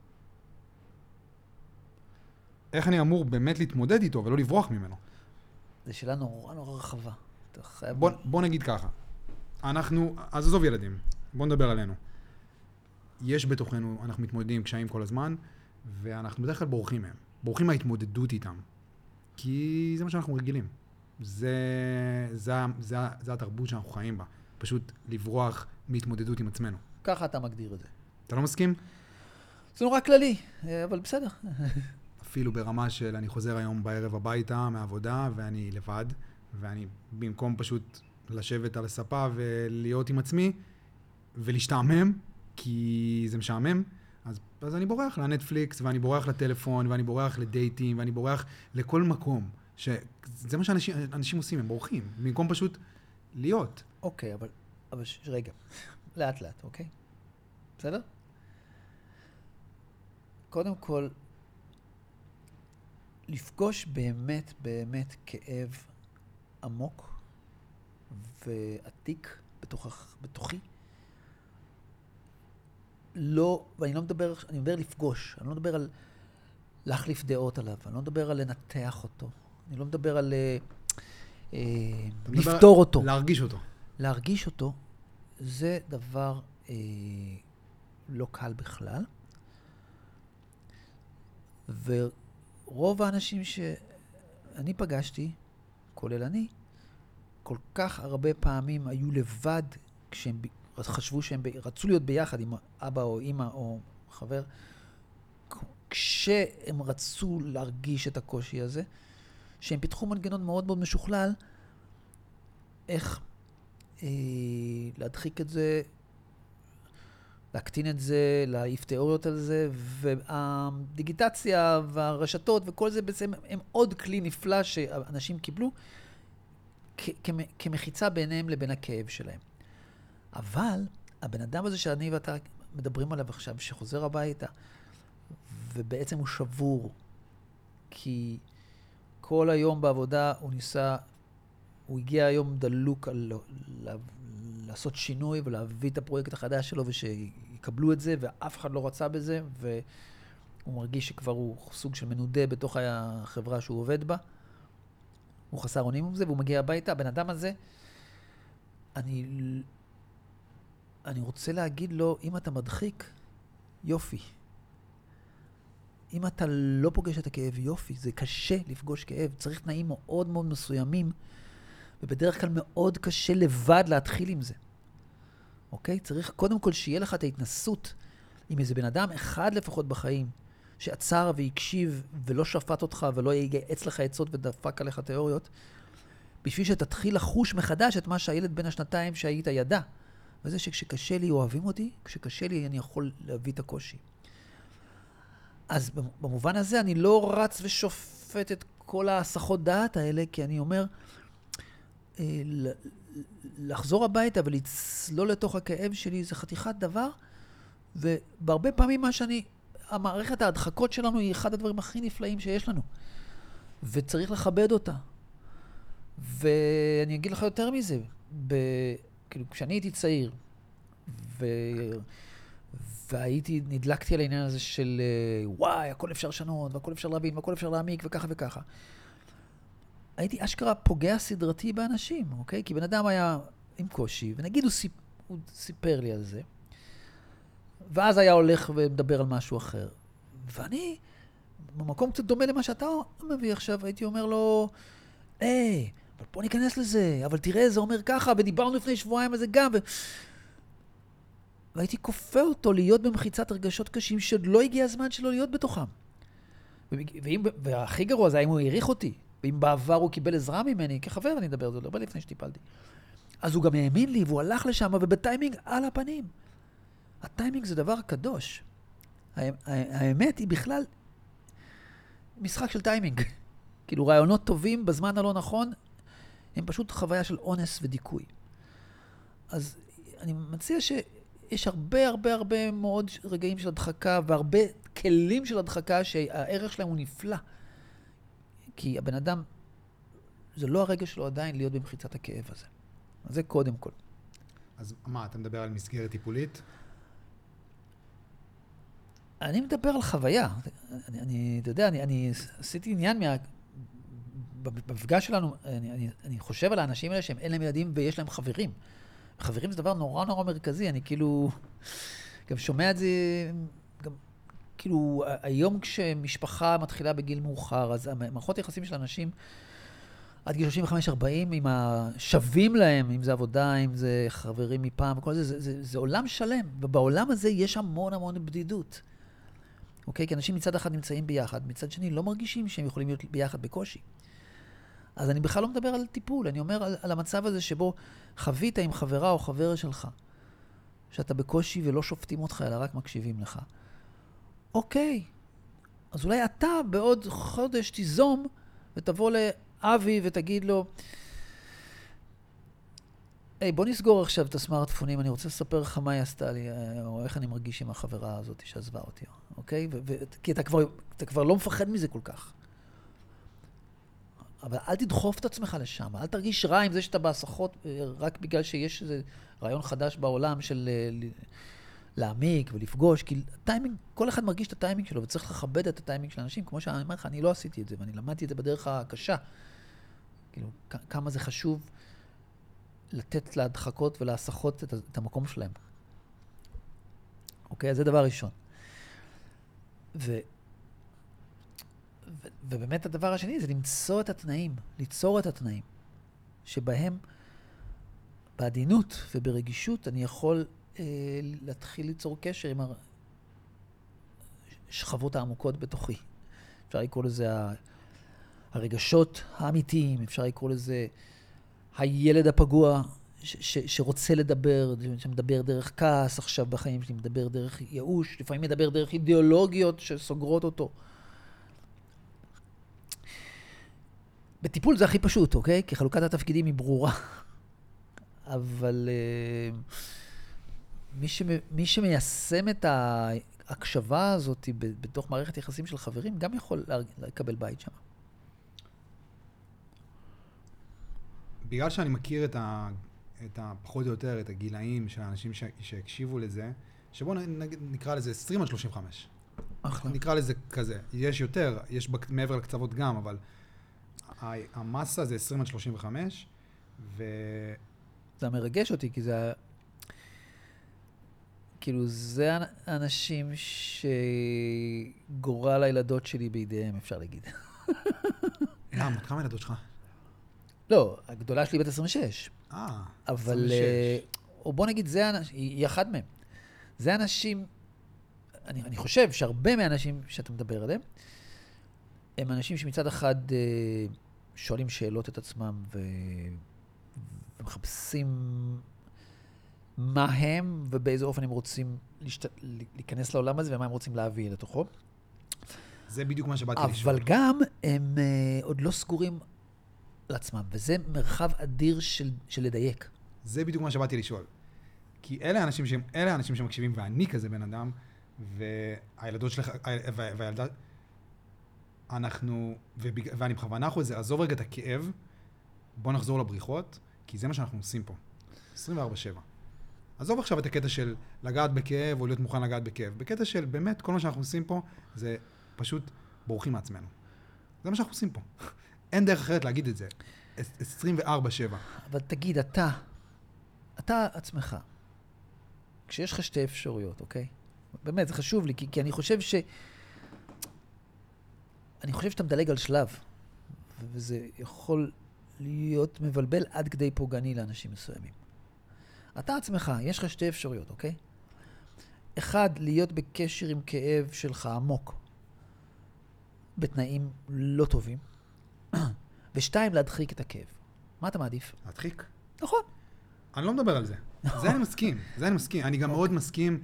S1: איך אני אמור באמת להתמודד איתו ולא לברוח ממנו?
S2: זו שאלה נורא נורא רחבה.
S1: בוא נגיד ככה. אנחנו, אז עזוב ילדים, בוא נדבר עלינו. יש בתוכנו, אנחנו מתמודדים עם קשיים כל הזמן, ואנחנו בדרך כלל בורחים מהם. בורחים מההתמודדות איתם. כי זה מה שאנחנו רגילים. זה התרבות שאנחנו חיים בה. פשוט לברוח מהתמודדות עם עצמנו.
S2: ככה אתה מגדיר את זה.
S1: אתה לא מסכים?
S2: זה נורא כללי, אבל בסדר.
S1: אפילו ברמה של אני חוזר היום בערב הביתה מהעבודה, ואני לבד, ואני במקום פשוט לשבת על הספה ולהיות עם עצמי, ולהשתעמם, כי זה משעמם, אז אני בורח לנטפליקס, ואני בורח לטלפון, ואני בורח לדייטים, ואני בורח לכל מקום. זה מה שאנשים עושים, הם בורחים, במקום פשוט להיות.
S2: אוקיי, אבל רגע, לאט לאט, אוקיי? בסדר? קודם כל, לפגוש באמת באמת כאב עמוק ועתיק בתוכי, לא, ואני לא מדבר, אני מדבר לפגוש, אני לא מדבר על להחליף דעות עליו, אני לא מדבר על לנתח אותו, אני לא מדבר על לפתור אותו.
S1: להרגיש אותו.
S2: להרגיש אותו, זה דבר לא קל בכלל. ורוב האנשים שאני פגשתי, כולל אני, כל כך הרבה פעמים היו לבד כשהם חשבו שהם רצו להיות ביחד עם אבא או אמא או חבר, כשהם רצו להרגיש את הקושי הזה, שהם פיתחו מנגנון מאוד מאוד משוכלל, איך להדחיק את זה להקטין את זה, להעיף תיאוריות על זה, והדיגיטציה והרשתות וכל זה בעצם הם עוד כלי נפלא שאנשים קיבלו כמחיצה ביניהם לבין הכאב שלהם. אבל הבן אדם הזה שאני ואתה מדברים עליו עכשיו, שחוזר הביתה, ובעצם הוא שבור, כי כל היום בעבודה הוא ניסה, הוא הגיע היום דלוק לעשות שינוי ולהביא את הפרויקט החדש שלו ושיקבלו את זה, ואף אחד לא רצה בזה, והוא מרגיש שכבר הוא סוג של מנודה בתוך החברה שהוא עובד בה. הוא חסר אונים עם זה, והוא מגיע הביתה. הבן אדם הזה, אני רוצה להגיד לו, אם אתה מדחיק, יופי. אם אתה לא פוגש את הכאב, יופי. זה קשה לפגוש כאב. צריך תנאים מאוד מאוד מסוימים, ובדרך כלל מאוד קשה לבד להתחיל עם זה. אוקיי? צריך קודם כל שיהיה לך את ההתנסות עם איזה בן אדם אחד לפחות בחיים, שעצר והקשיב ולא שפט אותך ולא ייעץ לך עצות ודפק עליך תיאוריות, בשביל שתתחיל לחוש מחדש את מה שהילד בין השנתיים שהיית ידע. וזה שכשקשה לי אוהבים אותי, כשקשה לי אני יכול להביא את הקושי. אז במובן הזה אני לא רץ ושופט את כל ההסחות דעת האלה, כי אני אומר, לחזור הביתה ולצלול לתוך הכאב שלי זה חתיכת דבר, ובהרבה פעמים המערכת ההדחקות שלנו היא אחד הדברים הכי נפלאים שיש לנו, וצריך לכבד אותה. ואני אגיד לך יותר מזה, כאילו, כשאני הייתי צעיר, נדלקתי על העניין הזה של וואי, הכל אפשר לשנות, והכל אפשר להבין, והכל אפשר להעמיק, וככה וככה. הייתי אשכרה פוגע סדרתי באנשים, אוקיי? כי בן אדם היה עם קושי, ונגיד הוא סיפר לי על זה, ואז היה הולך ומדבר על משהו אחר. ואני, במקום קצת דומה למה שאתה מביא עכשיו, הייתי אומר לו, אבל בוא ניכנס לזה, אבל תראה, זה אומר ככה, ודיברנו לפני שבועיים על זה גם, והייתי כופה אותו להיות במחיצת רגשות קשים, שעוד לא הגיע הזמן שלו להיות בתוכם. והכי גרוע זה, אם הוא העריך אותי, ואם בעבר הוא קיבל עזרה ממני, כחבר אני אדבר, זה לא הרבה לפני שטיפלתי. אז הוא גם האמין לי, והוא הלך לשם, ובטיימינג על הפנים. הטיימינג זה דבר קדוש. האמת היא בכלל משחק של טיימינג. כאילו רעיונות טובים בזמן הלא נכון, הם פשוט חוויה של אונס ודיכוי. אז אני מציע שיש הרבה מאוד רגעים של הדחקה, והרבה כלים של הדחקה שהערך שלהם הוא נפלא. כי הבן אדם, זה לא הרגע שלו עדיין להיות במחיצת הכאב הזה. אז זה קודם כל.
S1: אז מה, אתה מדבר על מסגרת טיפולית?
S2: אני מדבר על חוויה. אתה יודע, אני עשיתי עניין במפגש שלנו, אני חושב על האנשים האלה שהם אין להם ילדים ויש להם חברים. חברים זה דבר נורא מרכזי, אני כאילו גם שומע את זה, גם כאילו היום כשמשפחה מתחילה בגיל מאוחר, אז המערכות יחסים של אנשים עד גיל 35-40, עם השווים להם, אם זה עבודה, אם זה חברים מפעם, וכל זה, זה עולם שלם, ובעולם הזה יש המון בדידות. אוקיי? כי אנשים מצד אחד נמצאים ביחד, מצד שני לא מרגישים שהם יכולים להיות ביחד בקושי. אז אני בכלל לא מדבר על טיפול, אני אומר על המצב הזה שבו חווית עם חברה או חבר שלך, שאתה בקושי ולא שופטים אותך, אלא רק מקשיבים לך. אוקיי, אז אולי אתה בעוד חודש תיזום ותבוא לאבי ותגיד לו, בוא נסגור עכשיו את הסמארטפונים, אני רוצה לספר לך מה היא עשתה לי, או איך אני מרגיש עם החברה הזאת שעזבה אותי, אוקיי? כי אתה כבר לא מפחד מזה כל כך. אבל אל תדחוף את עצמך לשם, אל תרגיש רע עם זה שאתה בהסחות, רק בגלל שיש איזה רעיון חדש בעולם של להעמיק ולפגוש, כי הטיימינג, כל אחד מרגיש את הטיימינג שלו, וצריך לכבד את הטיימינג של האנשים, כמו שאני אומר לך, אני לא עשיתי את זה, ואני למדתי את זה בדרך הקשה. כאילו, כמה זה חשוב לתת להדחקות ולהסחות את המקום שלהם. אוקיי, אז זה דבר ראשון. ובאמת הדבר השני זה למצוא את התנאים, ליצור את התנאים, שבהם בעדינות וברגישות אני יכול להתחיל ליצור קשר עם השכבות העמוקות בתוכי. אפשר לקרוא לזה הרגשות האמיתיים, אפשר לקרוא לזה הילד הפגוע שרוצה לדבר, שמדבר דרך כעס עכשיו בחיים שלי, מדבר דרך ייאוש, לפעמים מדבר דרך אידיאולוגיות שסוגרות אותו. בטיפול זה הכי פשוט, אוקיי? כי חלוקת התפקידים היא ברורה. אבל מי שמיישם את ההקשבה הזאת בתוך מערכת יחסים של חברים, גם יכול לקבל בית שם.
S1: בגלל שאני מכיר את פחות או יותר, את הגילאים של האנשים שהקשיבו לזה, שבואו נקרא לזה 20 עד 35.
S2: אחלה.
S1: נקרא לזה כזה. יש יותר, יש מעבר לקצוות גם, אבל המסה זה 20 עד 35,
S2: זה מרגש אותי, כי זה... כאילו, זה האנשים שגורל הילדות שלי בידיהם, אפשר להגיד.
S1: למה? כמה ילדות שלך?
S2: לא, הגדולה שלי בת 26. אבל...
S1: 26.
S2: או בוא נגיד, היא אחד מהם. זה אנשים... אני חושב שהרבה מהאנשים שאתה מדבר עליהם, הם אנשים שמצד אחד שואלים שאלות את עצמם ומחפשים מה הם ובאיזה אופן הם רוצים להיכנס לעולם הזה ומה הם רוצים להביא לתוכו.
S1: זה בדיוק מה שבאתי לשאול.
S2: אבל גם הם עוד לא סגורים על עצמם, וזה מרחב אדיר של לדייק.
S1: זה בדיוק מה שבאתי לשאול. כי אלה האנשים שמקשיבים, ואני כזה בן אדם, והילדות שלך, והילדה, ואני בכוונה חוזר, עזוב רגע את הכאב, בוא נחזור לבריחות, כי זה מה שאנחנו עושים פה. 24/7. עזוב עכשיו את הקטע של לגעת בכאב, או להיות מוכן לגעת בכאב. בקטע של באמת, כל מה שאנחנו עושים פה, זה פשוט בורחים מעצמנו. זה מה שאנחנו עושים פה. אין דרך אחרת להגיד את זה. 24/7.
S2: אבל תגיד, אתה עצמך, כשיש לך שתי אפשרויות, אוקיי? באמת, זה חשוב לי, כי אני חושב שאתה מדלג על שלב, וזה יכול להיות מבלבל עד כדי פוגעני לאנשים מסוימים. אתה עצמך, יש לך שתי אפשרויות, אוקיי? אחד, להיות בקשר עם כאב שלך עמוק, בתנאים לא טובים, ושתיים, להדחיק את הכאב. מה אתה מעדיף?
S1: להדחיק?
S2: נכון.
S1: אני לא מדבר על זה. זה אני מסכים. אני גם מאוד מסכים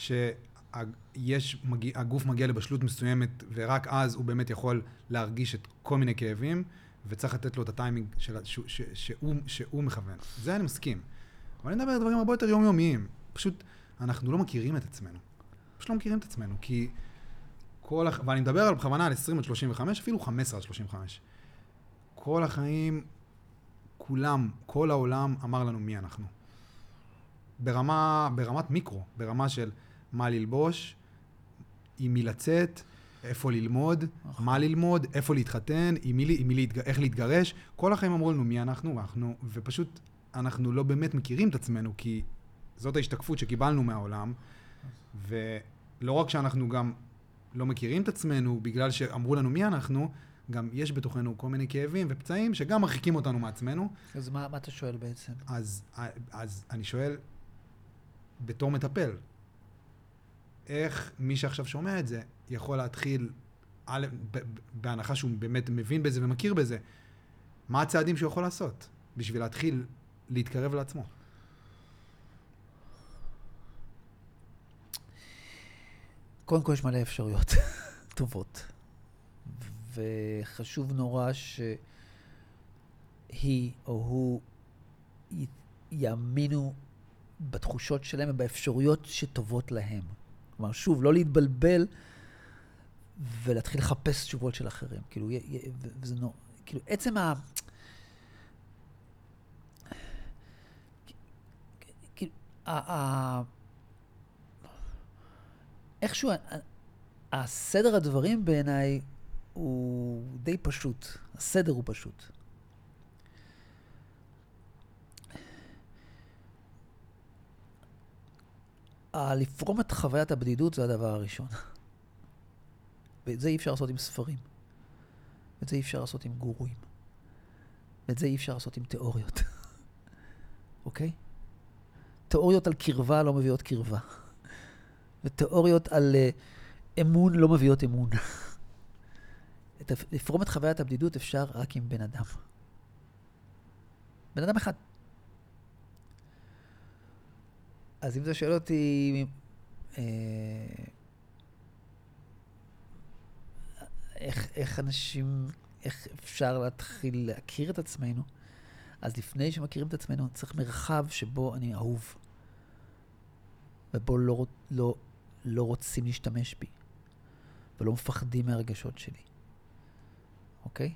S1: שהגוף מגיע לבשלות מסוימת, ורק אז הוא באמת יכול להרגיש את כל מיני כאבים, וצריך לתת לו את הטיימינג שהוא מכוון. זה אני מסכים. אבל אני מדבר על דברים הרבה יותר יומיומיים. פשוט אנחנו לא מכירים את עצמנו. פשוט לא מכירים את עצמנו, כי ואני מדבר על בכוונה על 20 עד 35, אפילו 15 עד 35. כל החיים, כולם, כל העולם אמר לנו מי אנחנו. ברמת מיקרו, ברמה של מה ללבוש, עם מי לצאת, איפה ללמוד, מה ללמוד, איפה להתחתן, איך להתגרש. כל החיים אמרו לנו מי אנחנו, ופשוט אנחנו לא באמת מכירים את עצמנו, כי זאת ההשתקפות שקיבלנו מהעולם, ולא רק שאנחנו גם לא מכירים את עצמנו בגלל שאמרו לנו מי אנחנו, גם יש בתוכנו כל מיני כאבים ופצעים שגם מרחיקים אותנו מעצמנו.
S2: אז מה אתה שואל בעצם?
S1: אז אני שואל, בתור מטפל, איך מי שעכשיו שומע את זה יכול להתחיל, בהנחה שהוא באמת מבין בזה ומכיר בזה, מה הצעדים שהוא יכול לעשות בשביל להתחיל להתקרב לעצמו?
S2: קודם כל יש מלא אפשרויות טובות. וחשוב נורא שהיא או הוא יאמינו בתחושות שלהם ובאפשרויות שטובות להם. כלומר, שוב, לא להתבלבל ולהתחיל לחפש תשובות של אחרים. כאילו, וזה נורא, כאילו, עצם כאילו, איכשהו, הסדר הדברים בעיניי הוא די פשוט. הסדר הוא פשוט. לפרום את חוויית הבדידות זה הדבר הראשון. ואת זה אי אפשר לעשות עם ספרים. ואת זה אי אפשר לעשות עם גורואים. ואת זה אי אפשר לעשות עם תיאוריות. אוקיי? תיאוריות על קרבה לא מביאות קרבה. ותיאוריות על אמון לא מביאות אמון. לפרום את חוויית הבדידות אפשר רק עם בן אדם. בן אדם אחד. אז אם אתה שואל אותי, איך אנשים, איך אפשר להתחיל להכיר את עצמנו, אז לפני שמכירים את עצמנו, צריך מרחב שבו אני אהוב, ובו לא רוצים להשתמש בי, ולא מפחדים מהרגשות שלי. אוקיי?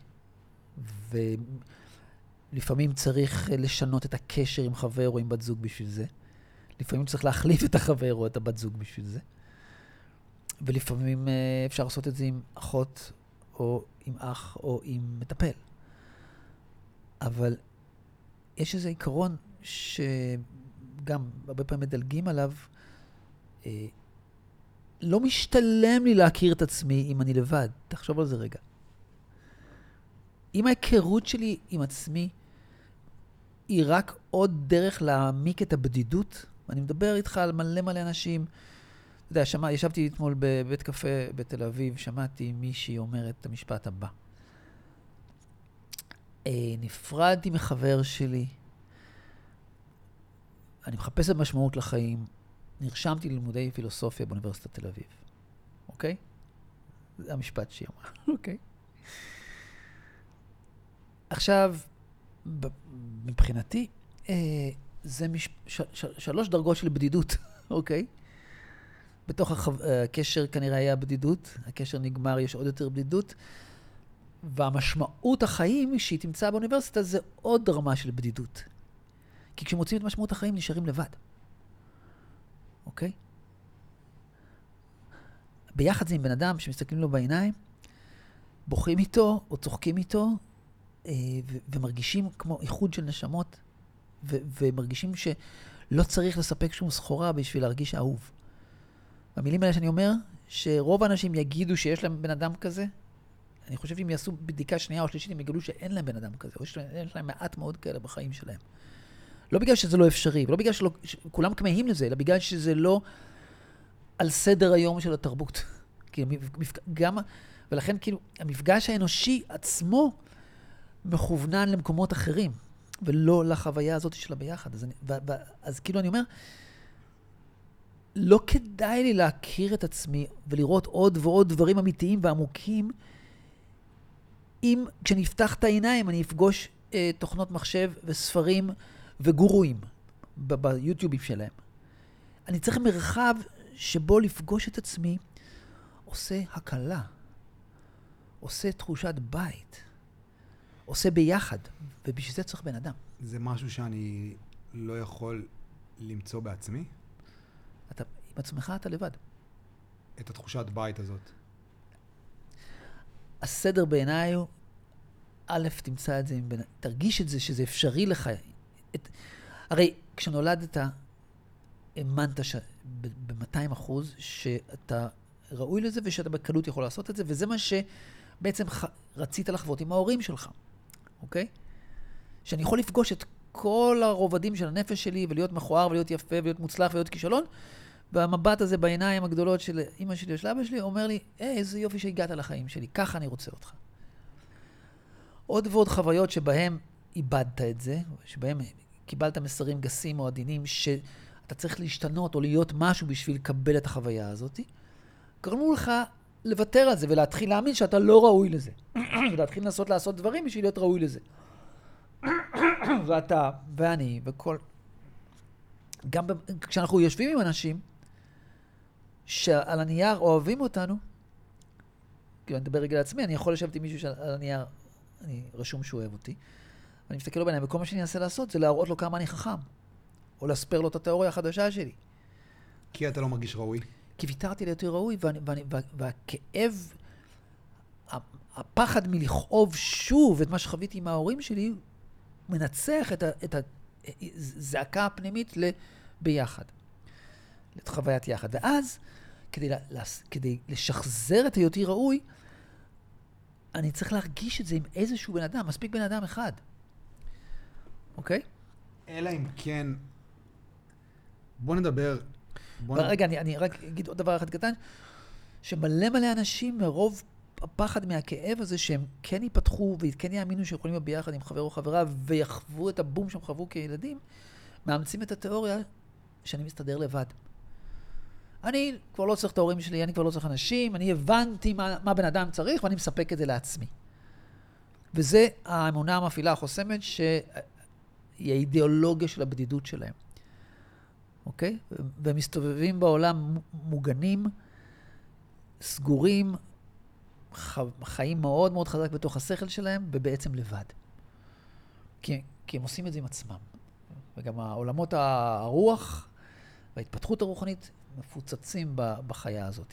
S2: ולפעמים צריך לשנות את הקשר עם חבר או עם בת זוג בשביל זה. לפעמים צריך להחליף את החבר או את הבת זוג בשביל זה. ולפעמים אפשר לעשות את זה עם אחות, או עם אח, או עם מטפל. אבל יש איזה עיקרון שגם הרבה פעמים מדלגים עליו, לא משתלם לי להכיר את עצמי אם אני לבד. תחשוב על זה רגע. אם ההיכרות שלי עם עצמי היא רק עוד דרך להעמיק את הבדידות, אני מדבר איתך על מלא אנשים, אתה יודע, ישבתי אתמול בבית קפה בתל אביב, שמעתי מישהי אומרת את המשפט הבא. נפרדתי מחבר שלי, אני מחפש את משמעות לחיים, נרשמתי ללימודי פילוסופיה באוניברסיטת תל אביב. אוקיי? זה המשפט שהיא אמרה. אוקיי? עכשיו, מבחינתי, זה 3 דרגות של בדידות, אוקיי? בתוך הקשר כנראה היה בדידות, הקשר נגמר, יש עוד יותר בדידות, והמשמעות החיים שהיא תמצא באוניברסיטה זה עוד רמה של בדידות. כי כשמוצאים את משמעות החיים נשארים לבד. אוקיי? ביחד זה עם בן אדם שמסתכלים לו בעיניים, בוכים איתו או צוחקים איתו, ומרגישים כמו איחוד של נשמות, ומרגישים שלא צריך לספק שום סחורה בשביל להרגיש אהוב. במילים האלה שאני אומר, שרוב האנשים יגידו שיש להם בן אדם כזה, אני חושב שאם יעשו בדיקה שנייה או שלישית, הם יגלו שאין להם בן אדם כזה, או שיש להם מעט מאוד כאלה בחיים שלהם. לא בגלל שזה לא אפשרי, ולא בגלל שכולם כמהים לזה, אלא בגלל שזה לא על סדר היום של התרבות. ולכן כאילו, המפגש האנושי עצמו מכוונן למקומות אחרים, ולא לחוויה הזאת של הביחד. אז כאילו אני אומר, לא כדאי לי להכיר את עצמי ולראות עוד ועוד דברים אמיתיים ועמוקים, אם כשנפתח את העיניים אני אפגוש תוכנות מחשב וספרים וגורואים ביוטיובים שלהם. אני צריך מרחב שבו לפגוש את עצמי עושה הקלה, עושה תחושת בית, עושה ביחד, ובשביל זה צריך בן אדם.
S1: זה משהו שאני לא יכול למצוא בעצמי?
S2: עם עצמך אתה לבד.
S1: את התחושת בית הזאת.
S2: הסדר בעיניי הוא, א', תמצא את זה, תרגיש את זה שזה אפשרי לך. הרי כשנולדת, האמנת ב-200% שאתה ראוי לזה ושאתה בקלות יכול לעשות את זה, וזה מה שבעצם רצית לחוות עם ההורים שלך, אוקיי? שאני יכול לפגוש את כל הרובדים של הנפש שלי ולהיות מכוער ולהיות יפה ולהיות מוצלח ולהיות כישלון, והמבט הזה בעיניים הגדולות של אמא שלי ושל אבא שלי אומר לי, איזה יופי שהגעת לחיים שלי, ככה אני רוצה אותך. עוד ועוד חוויות שבהם איבדת את זה, שבהם קיבלת מסרים גסים או עדינים שאתה צריך להשתנות או להיות משהו בשביל לקבל את החוויה הזאת, גרמו לך לוותר על זה ולהתחיל להאמין שאתה לא ראוי לזה. ולהתחיל לנסות לעשות דברים בשביל להיות ראוי לזה. ואתה ואני וכל... גם כשאנחנו יושבים עם אנשים שעל הנייר אוהבים אותנו, כאילו אני מדבר רגע לעצמי, אני יכול לשבת עם מישהו שעל הנייר אני רשום שהוא אוהב אותי, ואני מסתכל לו בעיניים, וכל מה שאני אנסה לעשות זה להראות לו כמה אני חכם, או להספר לו את התיאוריה החדשה שלי.
S1: כי אתה לא מרגיש ראוי? כי
S2: ויתרתי להיות ראוי, והכאב, הפחד מלכאוב שוב את מה שחוויתי עם ההורים שלי, מנצח את הזעקה הפנימית ביחד, לחוויית יחד. ואז, כדי לשחזר את היותי ראוי, אני צריך להרגיש את זה עם איזשהו בן אדם, מספיק בן אדם אחד. אוקיי?
S1: אלא אם כן, בוא נדבר...
S2: רגע, אני רק אגיד עוד דבר אחד קטן, שמלא אנשים מרוב הפחד מהכאב הזה, שהם כן ייפתחו וכן יאמינו שיכולים להיות ביחד עם חבר או חברה, ויחוו את הבום שהם חוו כילדים, מאמצים את התיאוריה שאני מסתדר לבד. אני כבר לא צריך את ההורים שלי, אני כבר לא צריך אנשים, אני הבנתי מה בן אדם צריך, ואני מספק את זה לעצמי. וזה האמונה המפעילה החוסמת, שהיא האידיאולוגיה של הבדידות שלהם. אוקיי? והם מסתובבים בעולם מוגנים, סגורים, חיים מאוד מאוד חזק בתוך השכל שלהם, ובעצם לבד. כי הם עושים את זה עם עצמם. וגם העולמות הרוח וההתפתחות הרוחנית מפוצצים בחיה הזאת.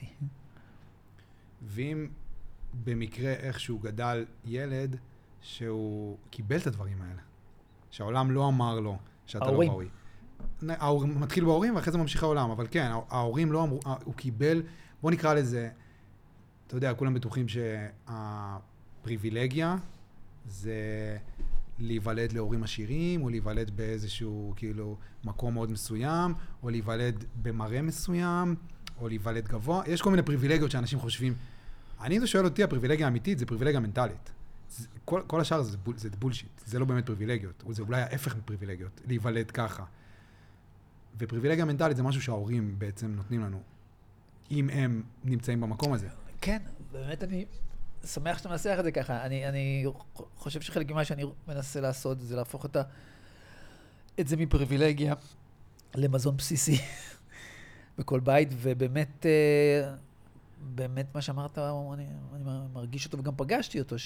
S1: ואם במקרה איכשהו גדל ילד שהוא קיבל את הדברים האלה, שהעולם לא אמר לו שאתה לא ראוי. ההורים מתחיל בהורים ואחרי זה ממשיך העולם, אבל כן, ההורים לא אמרו, הוא קיבל, בוא נקרא לזה, אתה יודע, כולם בטוחים שהפריבילגיה זה להיוולד להורים עשירים, או להיוולד באיזשהו כאילו מקום מאוד מסוים, או להיוולד במראה מסוים, או להיוולד גבוה. יש כל מיני פריבילגיות שאנשים חושבים. אני זה שואל אותי, הפריבילגיה האמיתית זה פריבילגיה מנטלית. כל השאר זה בולשיט, זה לא באמת פריבילגיות, זה אולי ההפך מפריבילגיות, להיוולד ככה. ופריבילגיה מנטלית זה משהו שההורים בעצם נותנים לנו, אם הם נמצאים במקום הזה.
S2: כן, באמת אני שמח שאתה מנסח את זה ככה. אני חושב שחלק ממה שאני מנסה לעשות זה להפוך את זה מפריבילגיה למזון בסיסי בכל בית, ובאמת באמת מה שאמרת, אני מרגיש אותו וגם פגשתי אותו,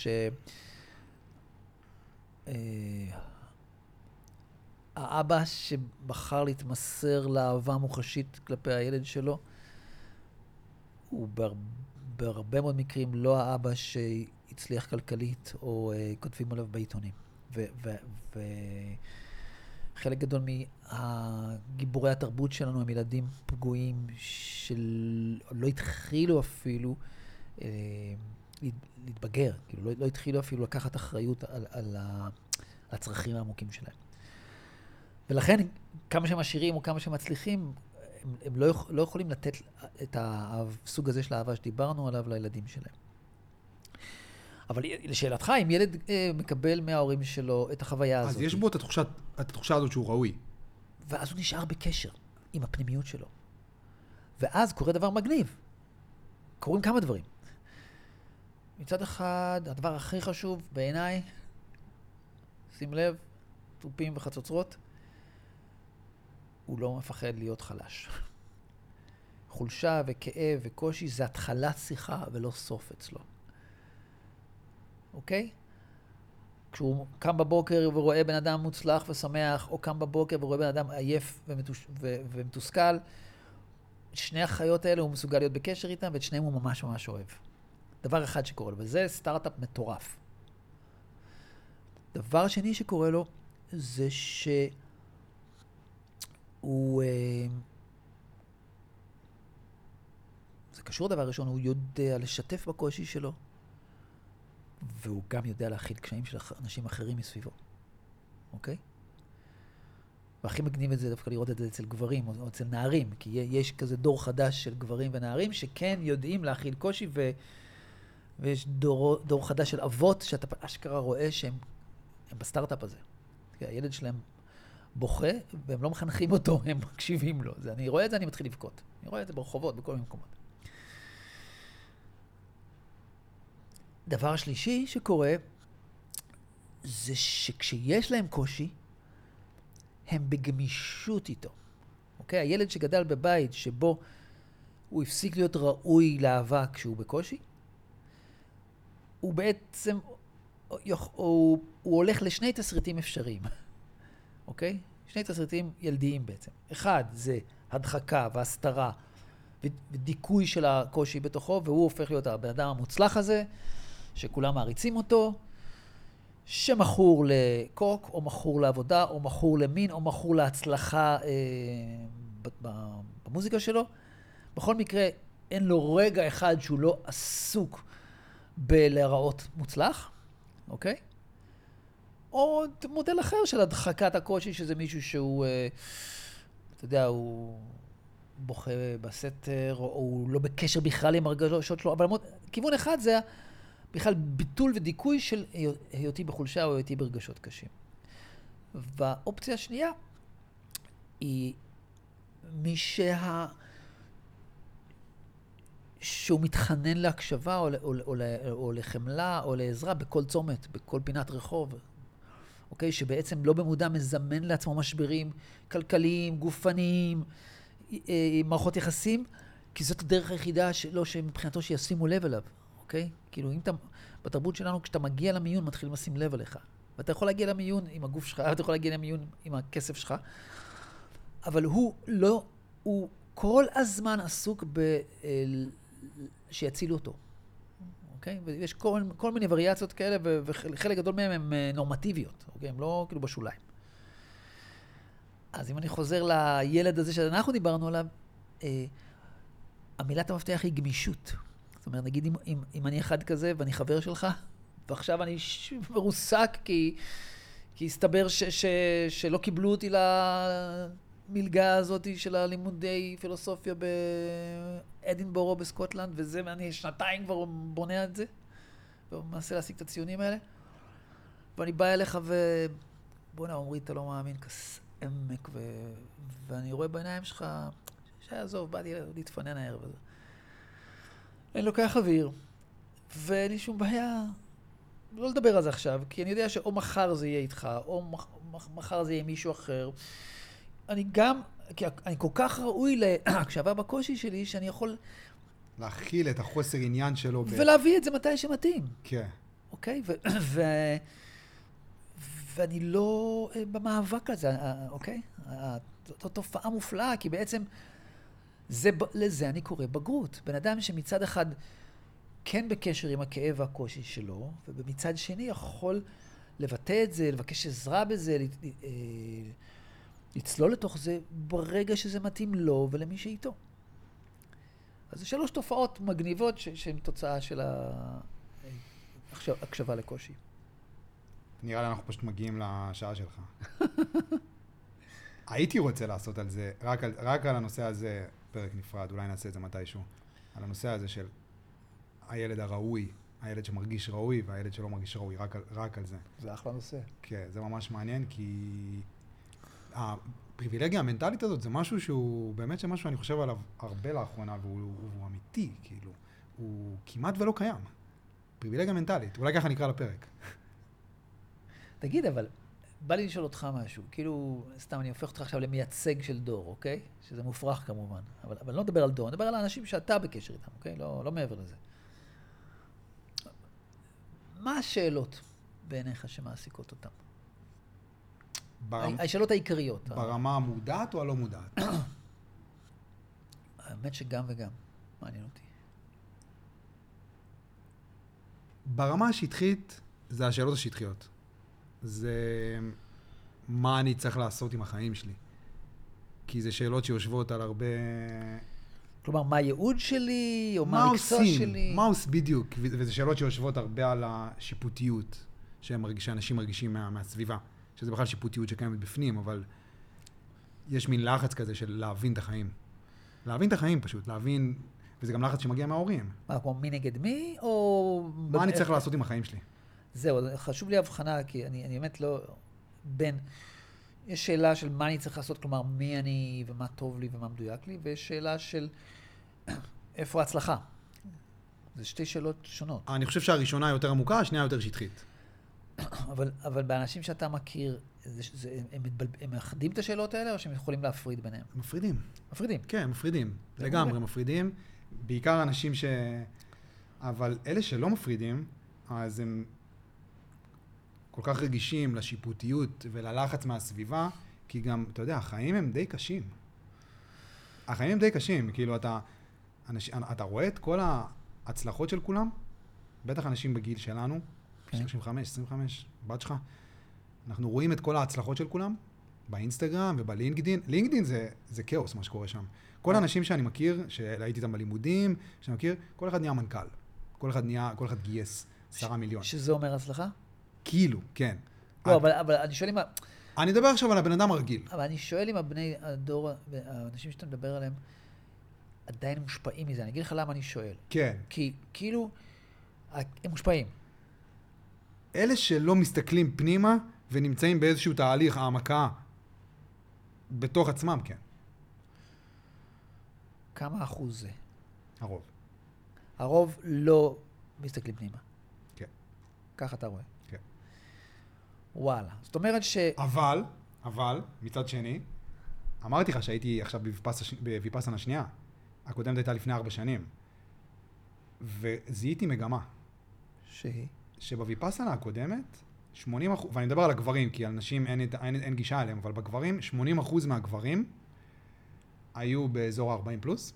S2: האבא שבחר להתמסר לאהבה מוחשית כלפי הילד שלו, הוא בהרבה מאוד מקרים לא האבא שהצליח כלכלית או כותבים עליו בעיתונים. וחלק גדול מהגיבורי התרבות שלנו הם ילדים פגועים שלא התחילו אפילו להתבגר, כאילו לא התחילו אפילו לקחת אחריות על הצרכים העמוקים שלהם. ולכן כמה שהם עשירים או כמה שהם מצליחים, הם לא יכולים לתת את הסוג הזה של האהבה שדיברנו עליו לילדים שלהם. אבל לשאלתך, אם ילד מקבל מההורים שלו את החוויה הזאת...
S1: אז יש בו את התחושה הזאת שהוא ראוי.
S2: ואז הוא נשאר בקשר עם הפנימיות שלו. ואז קורה דבר מגניב. קורים כמה דברים. מצד אחד, הדבר הכי חשוב בעיניי, שים לב, טופים וחצוצרות, הוא לא מפחד להיות חלש. חולשה וכאב וקושי זה התחלת שיחה ולא סוף אצלו. אוקיי? כשהוא קם בבוקר ורואה בן אדם מוצלח ושמח, או קם בבוקר ורואה בן אדם עייף ומתוסכל, שני החיות האלה הוא מסוגל להיות בקשר איתם, ואת שניהם הוא ממש ממש אוהב. דבר אחד שקורה לו, וזה סטארט-אפ מטורף. דבר שני שקורה לו, זה הוא... זה קשור דבר ראשון, הוא יודע לשתף בקושי שלו, והוא גם יודע להכיל קשיים של אנשים אחרים מסביבו. אוקיי? והכי מגניב את זה דווקא לראות את זה אצל גברים או אצל נערים, כי יש כזה דור חדש של גברים ונערים שכן יודעים להכיל קושי, ויש דור חדש של אבות שאתה אשכרה רואה שהם בסטארט-אפ הזה. הילד שלהם בוכה, והם לא מחנכים אותו, הם מקשיבים לו. אני רואה את זה, אני מתחיל לבכות. אני רואה את זה ברחובות, בכל מיני מקומות. דבר שלישי שקורה, זה שכשיש להם קושי, הם בגמישות איתו. אוקיי? הילד שגדל בבית שבו הוא הפסיק להיות ראוי לאהבה כשהוא בקושי, הוא בעצם, הוא הולך לשני תסריטים אפשריים. אוקיי? שני תסריטים ילדיים בעצם. אחד זה הדחקה והסתרה ודיכוי של הקושי בתוכו, והוא הופך להיות הבן אדם המוצלח הזה, שכולם מעריצים אותו, שמכור לקוק, או מכור לעבודה, או מכור למין, או מכור להצלחה במוזיקה שלו. בכל מקרה, אין לו רגע אחד שהוא לא עסוק בלהיראות מוצלח, אוקיי? או מודל אחר של הדחקת הקושי, שזה מישהו שהוא, אתה יודע, הוא בוכה בסתר, או הוא לא בקשר בכלל עם הרגשות שלו, אבל כיוון אחד זה בכלל ביטול ודיכוי של היותי בחולשה או היותי ברגשות קשים. והאופציה השנייה היא מי שהוא מתחנן להקשבה או לחמלה או לעזרה בכל צומת, בכל פינת רחוב, אוקיי? שבעצם לא במודע מזמן לעצמו משברים כלכליים, גופניים, מערכות יחסים, כי זאת הדרך היחידה שלו שמבחינתו שישימו לב אליו, אוקיי? כאילו, אם אתה, בתרבות שלנו, כשאתה מגיע למיון, מתחילים לשים לב אליך. ואתה יכול להגיע למיון עם הגוף שלך, אתה יכול להגיע למיון עם הכסף שלך, אבל הוא כל הזמן עסוק שיצילו אותו. אוקיי? ויש כל מיני וריאציות כאלה, וחלק גדול מהם הם נורמטיביות, אוקיי? הם לא כאילו בשוליים. אז אם אני חוזר לילד הזה שאנחנו דיברנו עליו, המילת המפתח היא גמישות. זאת אומרת, נגיד אם אני אחד כזה ואני חבר שלך, ועכשיו אני מרוסק כי הסתבר שלא קיבלו אותי למלגה הזאת של הלימודי פילוסופיה באדינבורו בסקוטלנד, וזה, ואני שנתיים כבר בונה את זה, ומנסה להשיג את הציונים האלה. ואני בא אליך בוא'נה, עומרי, אתה לא מאמין, כסעמק, ואני רואה בעיניים שלך, שעזוב, באתי להתפנן הערב הזה. אני לוקח אוויר, ואין לי שום בעיה לא לדבר על זה עכשיו, כי אני יודע שאו מחר זה יהיה איתך, או מחר זה יהיה מישהו אחר. אני כל כך ראוי להקשבה בקושי שלי, שאני יכול
S1: להכיל את החוסר עניין שלו.
S2: ולהביא את זה מתי שמתאים.
S1: כן.
S2: אוקיי? ואני לא במאבק הזה, אוקיי? זו תופעה מופלאה, כי בעצם לזה אני קורא בגרות. בן אדם שמצד אחד כן בקשר עם הכאב והקושי שלו, ובמצד שני יכול לבטא את זה, לבקש עזרה בזה, לצלול לתוך זה ברגע שזה מתאים לו ולמי שאיתו. אז זה 3 תופעות מגניבות שהן תוצאה של הקשבה לקושי.
S1: נראה לי אנחנו פשוט מגיעים לשעה שלך. הייתי רוצה לעשות על זה, רק על הנושא הזה פרק נפרד, אולי נעשה את זה מתישהו. על הנושא הזה של הילד הראוי, הילד שמרגיש ראוי והילד שלא מרגיש ראוי, רק על זה.
S2: זה אחלה נושא.
S1: כן, זה ממש מעניין, כי הפריבילגיה המנטלית הזאת זה משהו שהוא באמת שמשהו שאני חושב עליו הרבה לאחרונה, והוא אמיתי, כאילו, הוא כמעט ולא קיים. פריבילגיה מנטלית, אולי ככה נקרא לפרק.
S2: תגיד, אבל בא לי לשאול אותך משהו, כאילו, סתם אני הופך אותך עכשיו למייצג של דור, אוקיי? שזה מופרך כמובן, אבל לא נדבר על דור, נדבר על האנשים שאתה בקשר איתם, אוקיי? לא מעבר לזה. מה השאלות בעיניך שמעסיקות אותם? השאלות העיקריות.
S1: ברמה המודעת או הלא מודעת?
S2: האמת שגם וגם, מעניין אותי.
S1: ברמה השטחית, זה השאלות השטחיות. זה מה אני צריך לעשות עם החיים שלי. כי זה שאלות שיושבות על הרבה...
S2: כלומר, מה הייעוד שלי, או מה המקצוע שלי?
S1: מה עושים, בדיוק. וזה שאלות שיושבות הרבה על השיפוטיות שאנשים מרגישים מהסביבה. שזה בכלל שיפוטיות שקיימת בפנים, אבל יש מין לחץ כזה של להבין את החיים. להבין את החיים פשוט, להבין, וזה גם לחץ שמגיע מההורים.
S2: מה, כמו מי נגד מי, או...
S1: מה אני צריך לעשות עם החיים שלי?
S2: זהו, חשוב לי הבחנה, כי אני באמת לא... יש שאלה של מה אני צריך לעשות, כלומר, מי אני ומה טוב לי ומה מדויק לי, ויש שאלה של איפה ההצלחה. זה 2 שאלות שונות.
S1: אני חושב שהראשונה יותר עמוקה, השנייה יותר שטחית.
S2: אבל באנשים שאתה מכיר, הם מאחדים את השאלות האלה, או שהם יכולים להפריד ביניהם?
S1: מפרידים.
S2: מפרידים?
S1: כן, מפרידים. לגמרי מפרידים. בעיקר אנשים אבל אלה שלא מפרידים, אז הם כל כך רגישים לשיפוטיות וללחץ מהסביבה, כי גם, אתה יודע, החיים הם די קשים. החיים הם די קשים. כאילו, אתה רואה את כל ההצלחות של כולם? בטח אנשים בגיל שלנו, 35, 25, בת שלך. אנחנו רואים את כל ההצלחות של כולם, באינסטגרם ובלינקדין. לינקדין זה כאוס, מה שקורה שם. כל האנשים שאני מכיר, שהייתי איתם בלימודים, שאני מכיר, כל אחד נהיה מנכ"ל. כל אחד גייס 10 מיליון.
S2: שזה אומר הצלחה?
S1: כאילו, כן.
S2: לא, אבל אני שואל אם...
S1: אני מדבר עכשיו על הבן אדם הרגיל.
S2: אבל אני שואל אם הבני הדור, האנשים שאתה מדבר עליהם, עדיין מושפעים מזה. אני אגיד לך למה אני שואל.
S1: כן.
S2: כי כאילו, הם מושפעים.
S1: אלה שלא מסתכלים פנימה ונמצאים באיזשהו תהליך העמקה בתוך עצמם, כן.
S2: כמה אחוז זה?
S1: הרוב.
S2: הרוב לא מסתכלים פנימה.
S1: כן.
S2: ככה אתה רואה.
S1: כן.
S2: וואלה. זאת אומרת
S1: אבל, מצד שני, אמרתי לך שהייתי עכשיו בויפאסנה שנייה. הקודמת הייתה לפני 4 שנים. וזיהיתי מגמה.
S2: שהיא?
S1: שבויפאסנה הקודמת, 80%, ואני מדבר על הגברים, כי על נשים אין גישה אליהם, אבל בגברים, 80% מהגברים היו באזור ה-40 פלוס,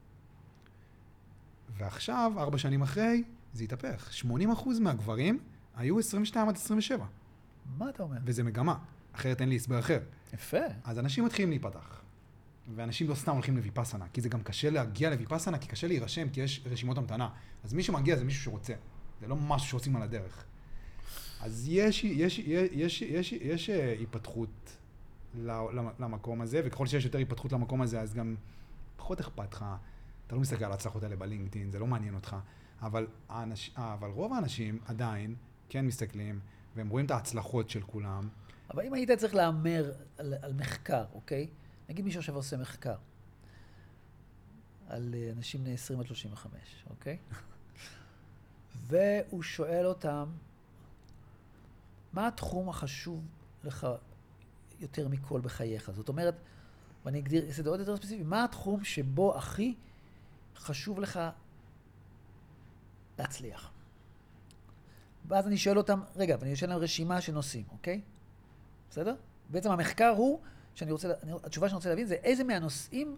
S1: ועכשיו, 4 שנים אחרי, זה התהפך. 80% מהגברים היו 22 עד 27.
S2: מה אתה אומר?
S1: וזה מגמה, אחרת אין לי הסבר אחר.
S2: יפה.
S1: אז אנשים מתחילים להיפתח. ואנשים לא סתם הולכים לויפאסנה, כי זה גם קשה להגיע לויפאסנה, כי קשה להירשם, כי יש רשימות המתנה. אז מי שמגיע זה מישהו שרוצה. זה לא משהו שעושים על הדרך. אז יש היפתחות למקום הזה, וככל שיש יותר היפתחות למקום הזה, אז גם פחות אכפת לך. אתה לא מסתכל על ההצלחות האלה בלינקדאין, זה לא מעניין אותך. אבל רוב האנשים עדיין כן מסתכלים, והם רואים את ההצלחות של כולם.
S2: אבל אם היית צריך לאמר על מחקר, אוקיי? נגיד מישהו עכשיו עושה מחקר על אנשים בני 20 עד 35, אוקיי? והוא שואל אותם, מה התחום החשוב לך יותר מכל בחייך? זאת אומרת, ואני אגדיר, זה עוד יותר ספציפי, מה התחום שבו הכי חשוב לך להצליח? ואז אני שואל אותם, רגע, ואני שואל להם רשימה של נושאים, אוקיי? בסדר? בעצם המחקר הוא, התשובה שאני רוצה להבין זה איזה מהנושאים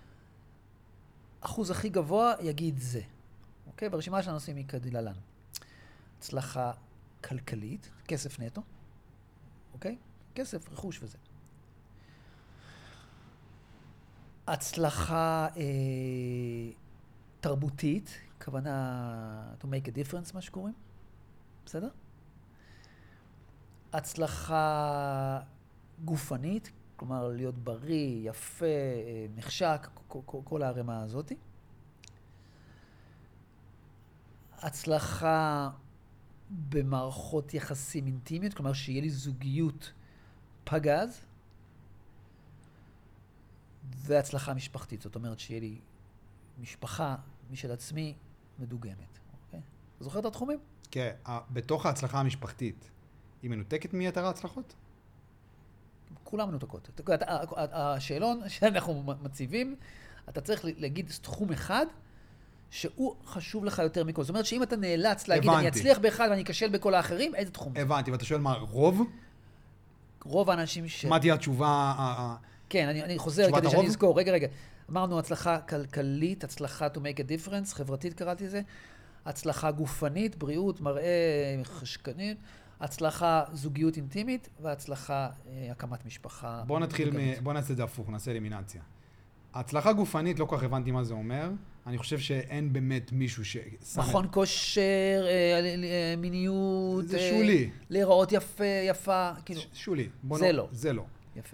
S2: אחוז הכי גבוה יגיד זה. אוקיי? ברשימה של הנושאים היא כדלהלן. הצלחה כלכלית, כסף נטו. אוקיי? כסף, רכוש וזה. הצלחה תרבותית, כוונה to make a difference, מה שקוראים. בסדר? הצלחה גופנית, כלומר להיות בריא, יפה, נחשק, כל הערימה הזאת. הצלחה במערכות יחסים אינטימיות, כלומר שיהיה לי זוגיות פגז, והצלחה משפחתית, זאת אומרת שיהיה לי משפחה משל עצמי מדוגמת. אוקיי? אתה זוכר את התחומים?
S1: כן, בתוך ההצלחה המשפחתית, היא מנותקת מיתר ההצלחות?
S2: כולם מנותקות. השאלון שאנחנו מציבים, אתה צריך להגיד תחום אחד, שהוא חשוב לך יותר מכל. זאת אומרת שאם אתה נאלץ להגיד, אני אצליח באחד ואני אכשל בכל האחרים, איזה תחום?
S1: הבנתי, ואתה שואל מה, רוב?
S2: רוב האנשים
S1: מה תהיה התשובה?
S2: כן, אני חוזר כדי שאני אזכור. רגע. אמרנו הצלחה כלכלית, הצלחה to make a difference, חברתית קראתי זה, הצלחה גופנית, בריאות, מראה, חשקנית, הצלחה זוגיות אינטימית, והצלחה הקמת משפחה.
S1: בוא נעשה את זה הפוך, נעשה אלימינציה. ההצלחה גופנית, לא כל כך הבנתי מה זה אומר. אני חושב שאין באמת מישהו
S2: מכון כושר, מיניות.
S1: זה שולי.
S2: להיראות יפה, כאילו.
S1: שולי.
S2: זה לא.
S1: זה לא.
S2: יפה.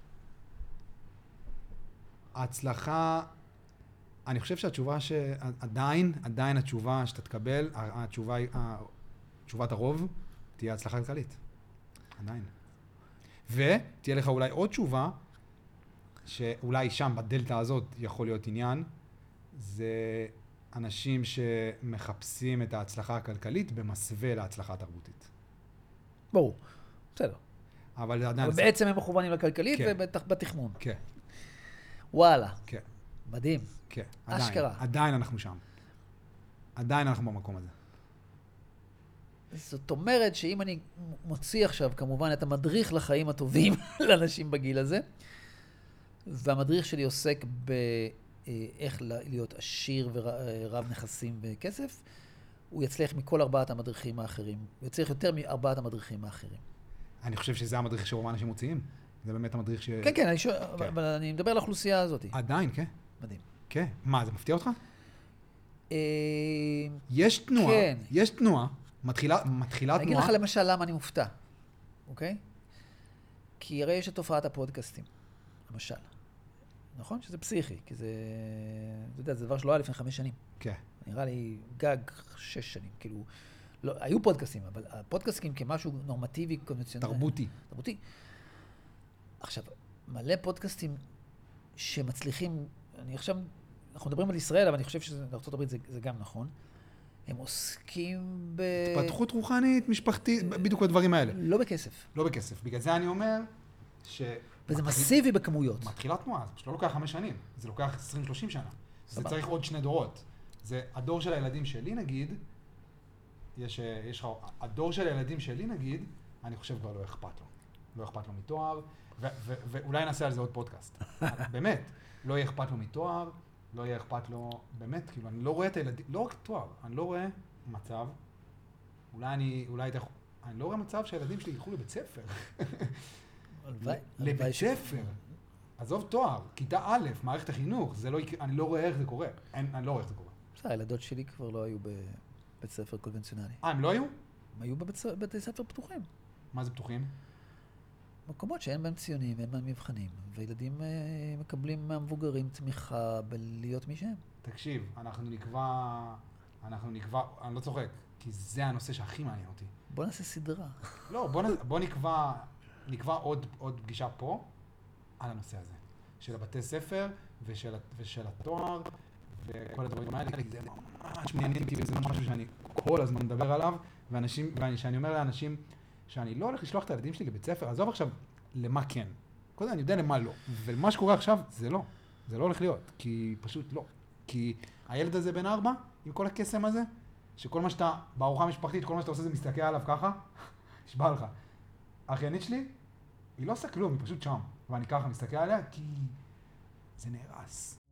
S1: ההצלחה, אני חושב שהתשובה עדיין התשובה שאתה תקבל, תשובת הרוב, תהיה הצלחה כלכלית. עדיין. ותהיה לך אולי עוד תשובה, שאולי שם בדלטה הזאת יכול להיות עניין, זה אנשים שמחפשים את ההצלחה הכלכלית במסווה להצלחה התרבותית.
S2: ברור, בסדר.
S1: אבל עדיין...
S2: אבל בעצם הם מכוונים לכלכלית ובתכנון.
S1: כן.
S2: וואלה.
S1: כן.
S2: מדהים.
S1: כן.
S2: אשכרה.
S1: עדיין אנחנו שם. עדיין אנחנו במקום הזה.
S2: זאת אומרת שאם אני מוציא עכשיו כמובן את המדריך לחיים הטובים לאנשים בגיל הזה, והמדריך שלי עוסק באיך להיות עשיר ורב נכסים וכסף, הוא יצליח מכל 4 המדריכים האחרים. הוא יצליח יותר מ4 המדריכים האחרים.
S1: אני חושב שזה המדריך שרוב האנשים מוציאים. זה באמת המדריך ש...
S2: כן, אבל אני מדבר על האוכלוסייה הזאת.
S1: עדיין, כן.
S2: מדהים.
S1: כן. מה, זה מפתיע אותך?
S2: יש תנועה. כן.
S1: יש תנועה. מתחילה תנועה.
S2: אני אגיד לך למשל למה אני מופתע. אוקיי? כי הרי יש את תופעת הפודקאסטים. למשל. נכון? שזה פסיכי, כי זה... אתה יודע, זה דבר שלא היה לפני 5 שנים.
S1: כן.
S2: נראה לי גג 6 שנים. כאילו, לא, היו פודקאסטים, אבל הפודקאסטים כמשהו נורמטיבי, קונבנציונלי. תרבותי. עכשיו, מלא פודקאסטים שמצליחים, אני עכשיו אנחנו מדברים על ישראל, אבל אני חושב שבארצות הברית זה גם נכון. הם עוסקים
S1: התפתחות רוחנית, משפחתית, בדיוק הדברים האלה.
S2: לא בכסף.
S1: לא בכסף. בגלל זה אני אומר
S2: וזה מסיבי בכמויות.
S1: מתחילה תנועה, זה פשוט לא לוקח 5 שנים, זה לוקח 20-30 שנה. זה צריך עוד 2 דורות. זה הדור של הילדים שלי נגיד, יש לך, הדור של הילדים שלי נגיד, אני חושב כבר לא אכפת לו. לא אכפת לו מתואר, ואולי נעשה על זה עוד פודקאסט. באמת, לא יהיה אכפת לו מתואר, לא יהיה אכפת לו, באמת, כאילו, אני לא רואה את הילדים, לא רק תואר, אני לא רואה מצב, אני לא רואה מצב שהילדים שלי ילכו לבית ספר. לבית ספר. עזוב תואר, כיתה א', מערכת החינוך, אני לא רואה איך זה קורה. אני לא רואה איך זה קורה.
S2: בסדר, הילדות שלי כבר לא היו בבית ספר קונבנציונלי.
S1: הם לא היו?
S2: הם היו בבתי ספר פתוחים.
S1: מה זה פתוחים?
S2: מקומות שאין בהם ציונים, אין בהם מבחנים, וילדים מקבלים מהמבוגרים תמיכה בלהיות מי שהם.
S1: תקשיב, אנחנו נקבע, אני לא צוחק, כי זה הנושא שהכי מעניין אותי.
S2: בוא נעשה סדרה.
S1: לא, בוא נקבע עוד פגישה פה על הנושא הזה, של הבתי ספר ושל התואר וכל הדברים האלה, זה ממש מעניין אותי וזה משהו שאני כל הזמן מדבר עליו, ואני אומר לאנשים שאני לא הולך לשלוח את הילדים שלי לבית ספר, עזוב עכשיו למה כן. קודם אני יודע למה לא, ומה שקורה עכשיו זה לא הולך להיות, כי פשוט לא. כי הילד הזה בן 4, עם כל הקסם הזה, שכל מה שאתה, בארוחה משפחתית, כל מה שאתה עושה זה מסתכל עליו ככה, נשבע לך. האחיינית שלי, היא לא עושה כלום, היא פשוט שם. ואני ככה מסתכל עליה, כי זה נהרס.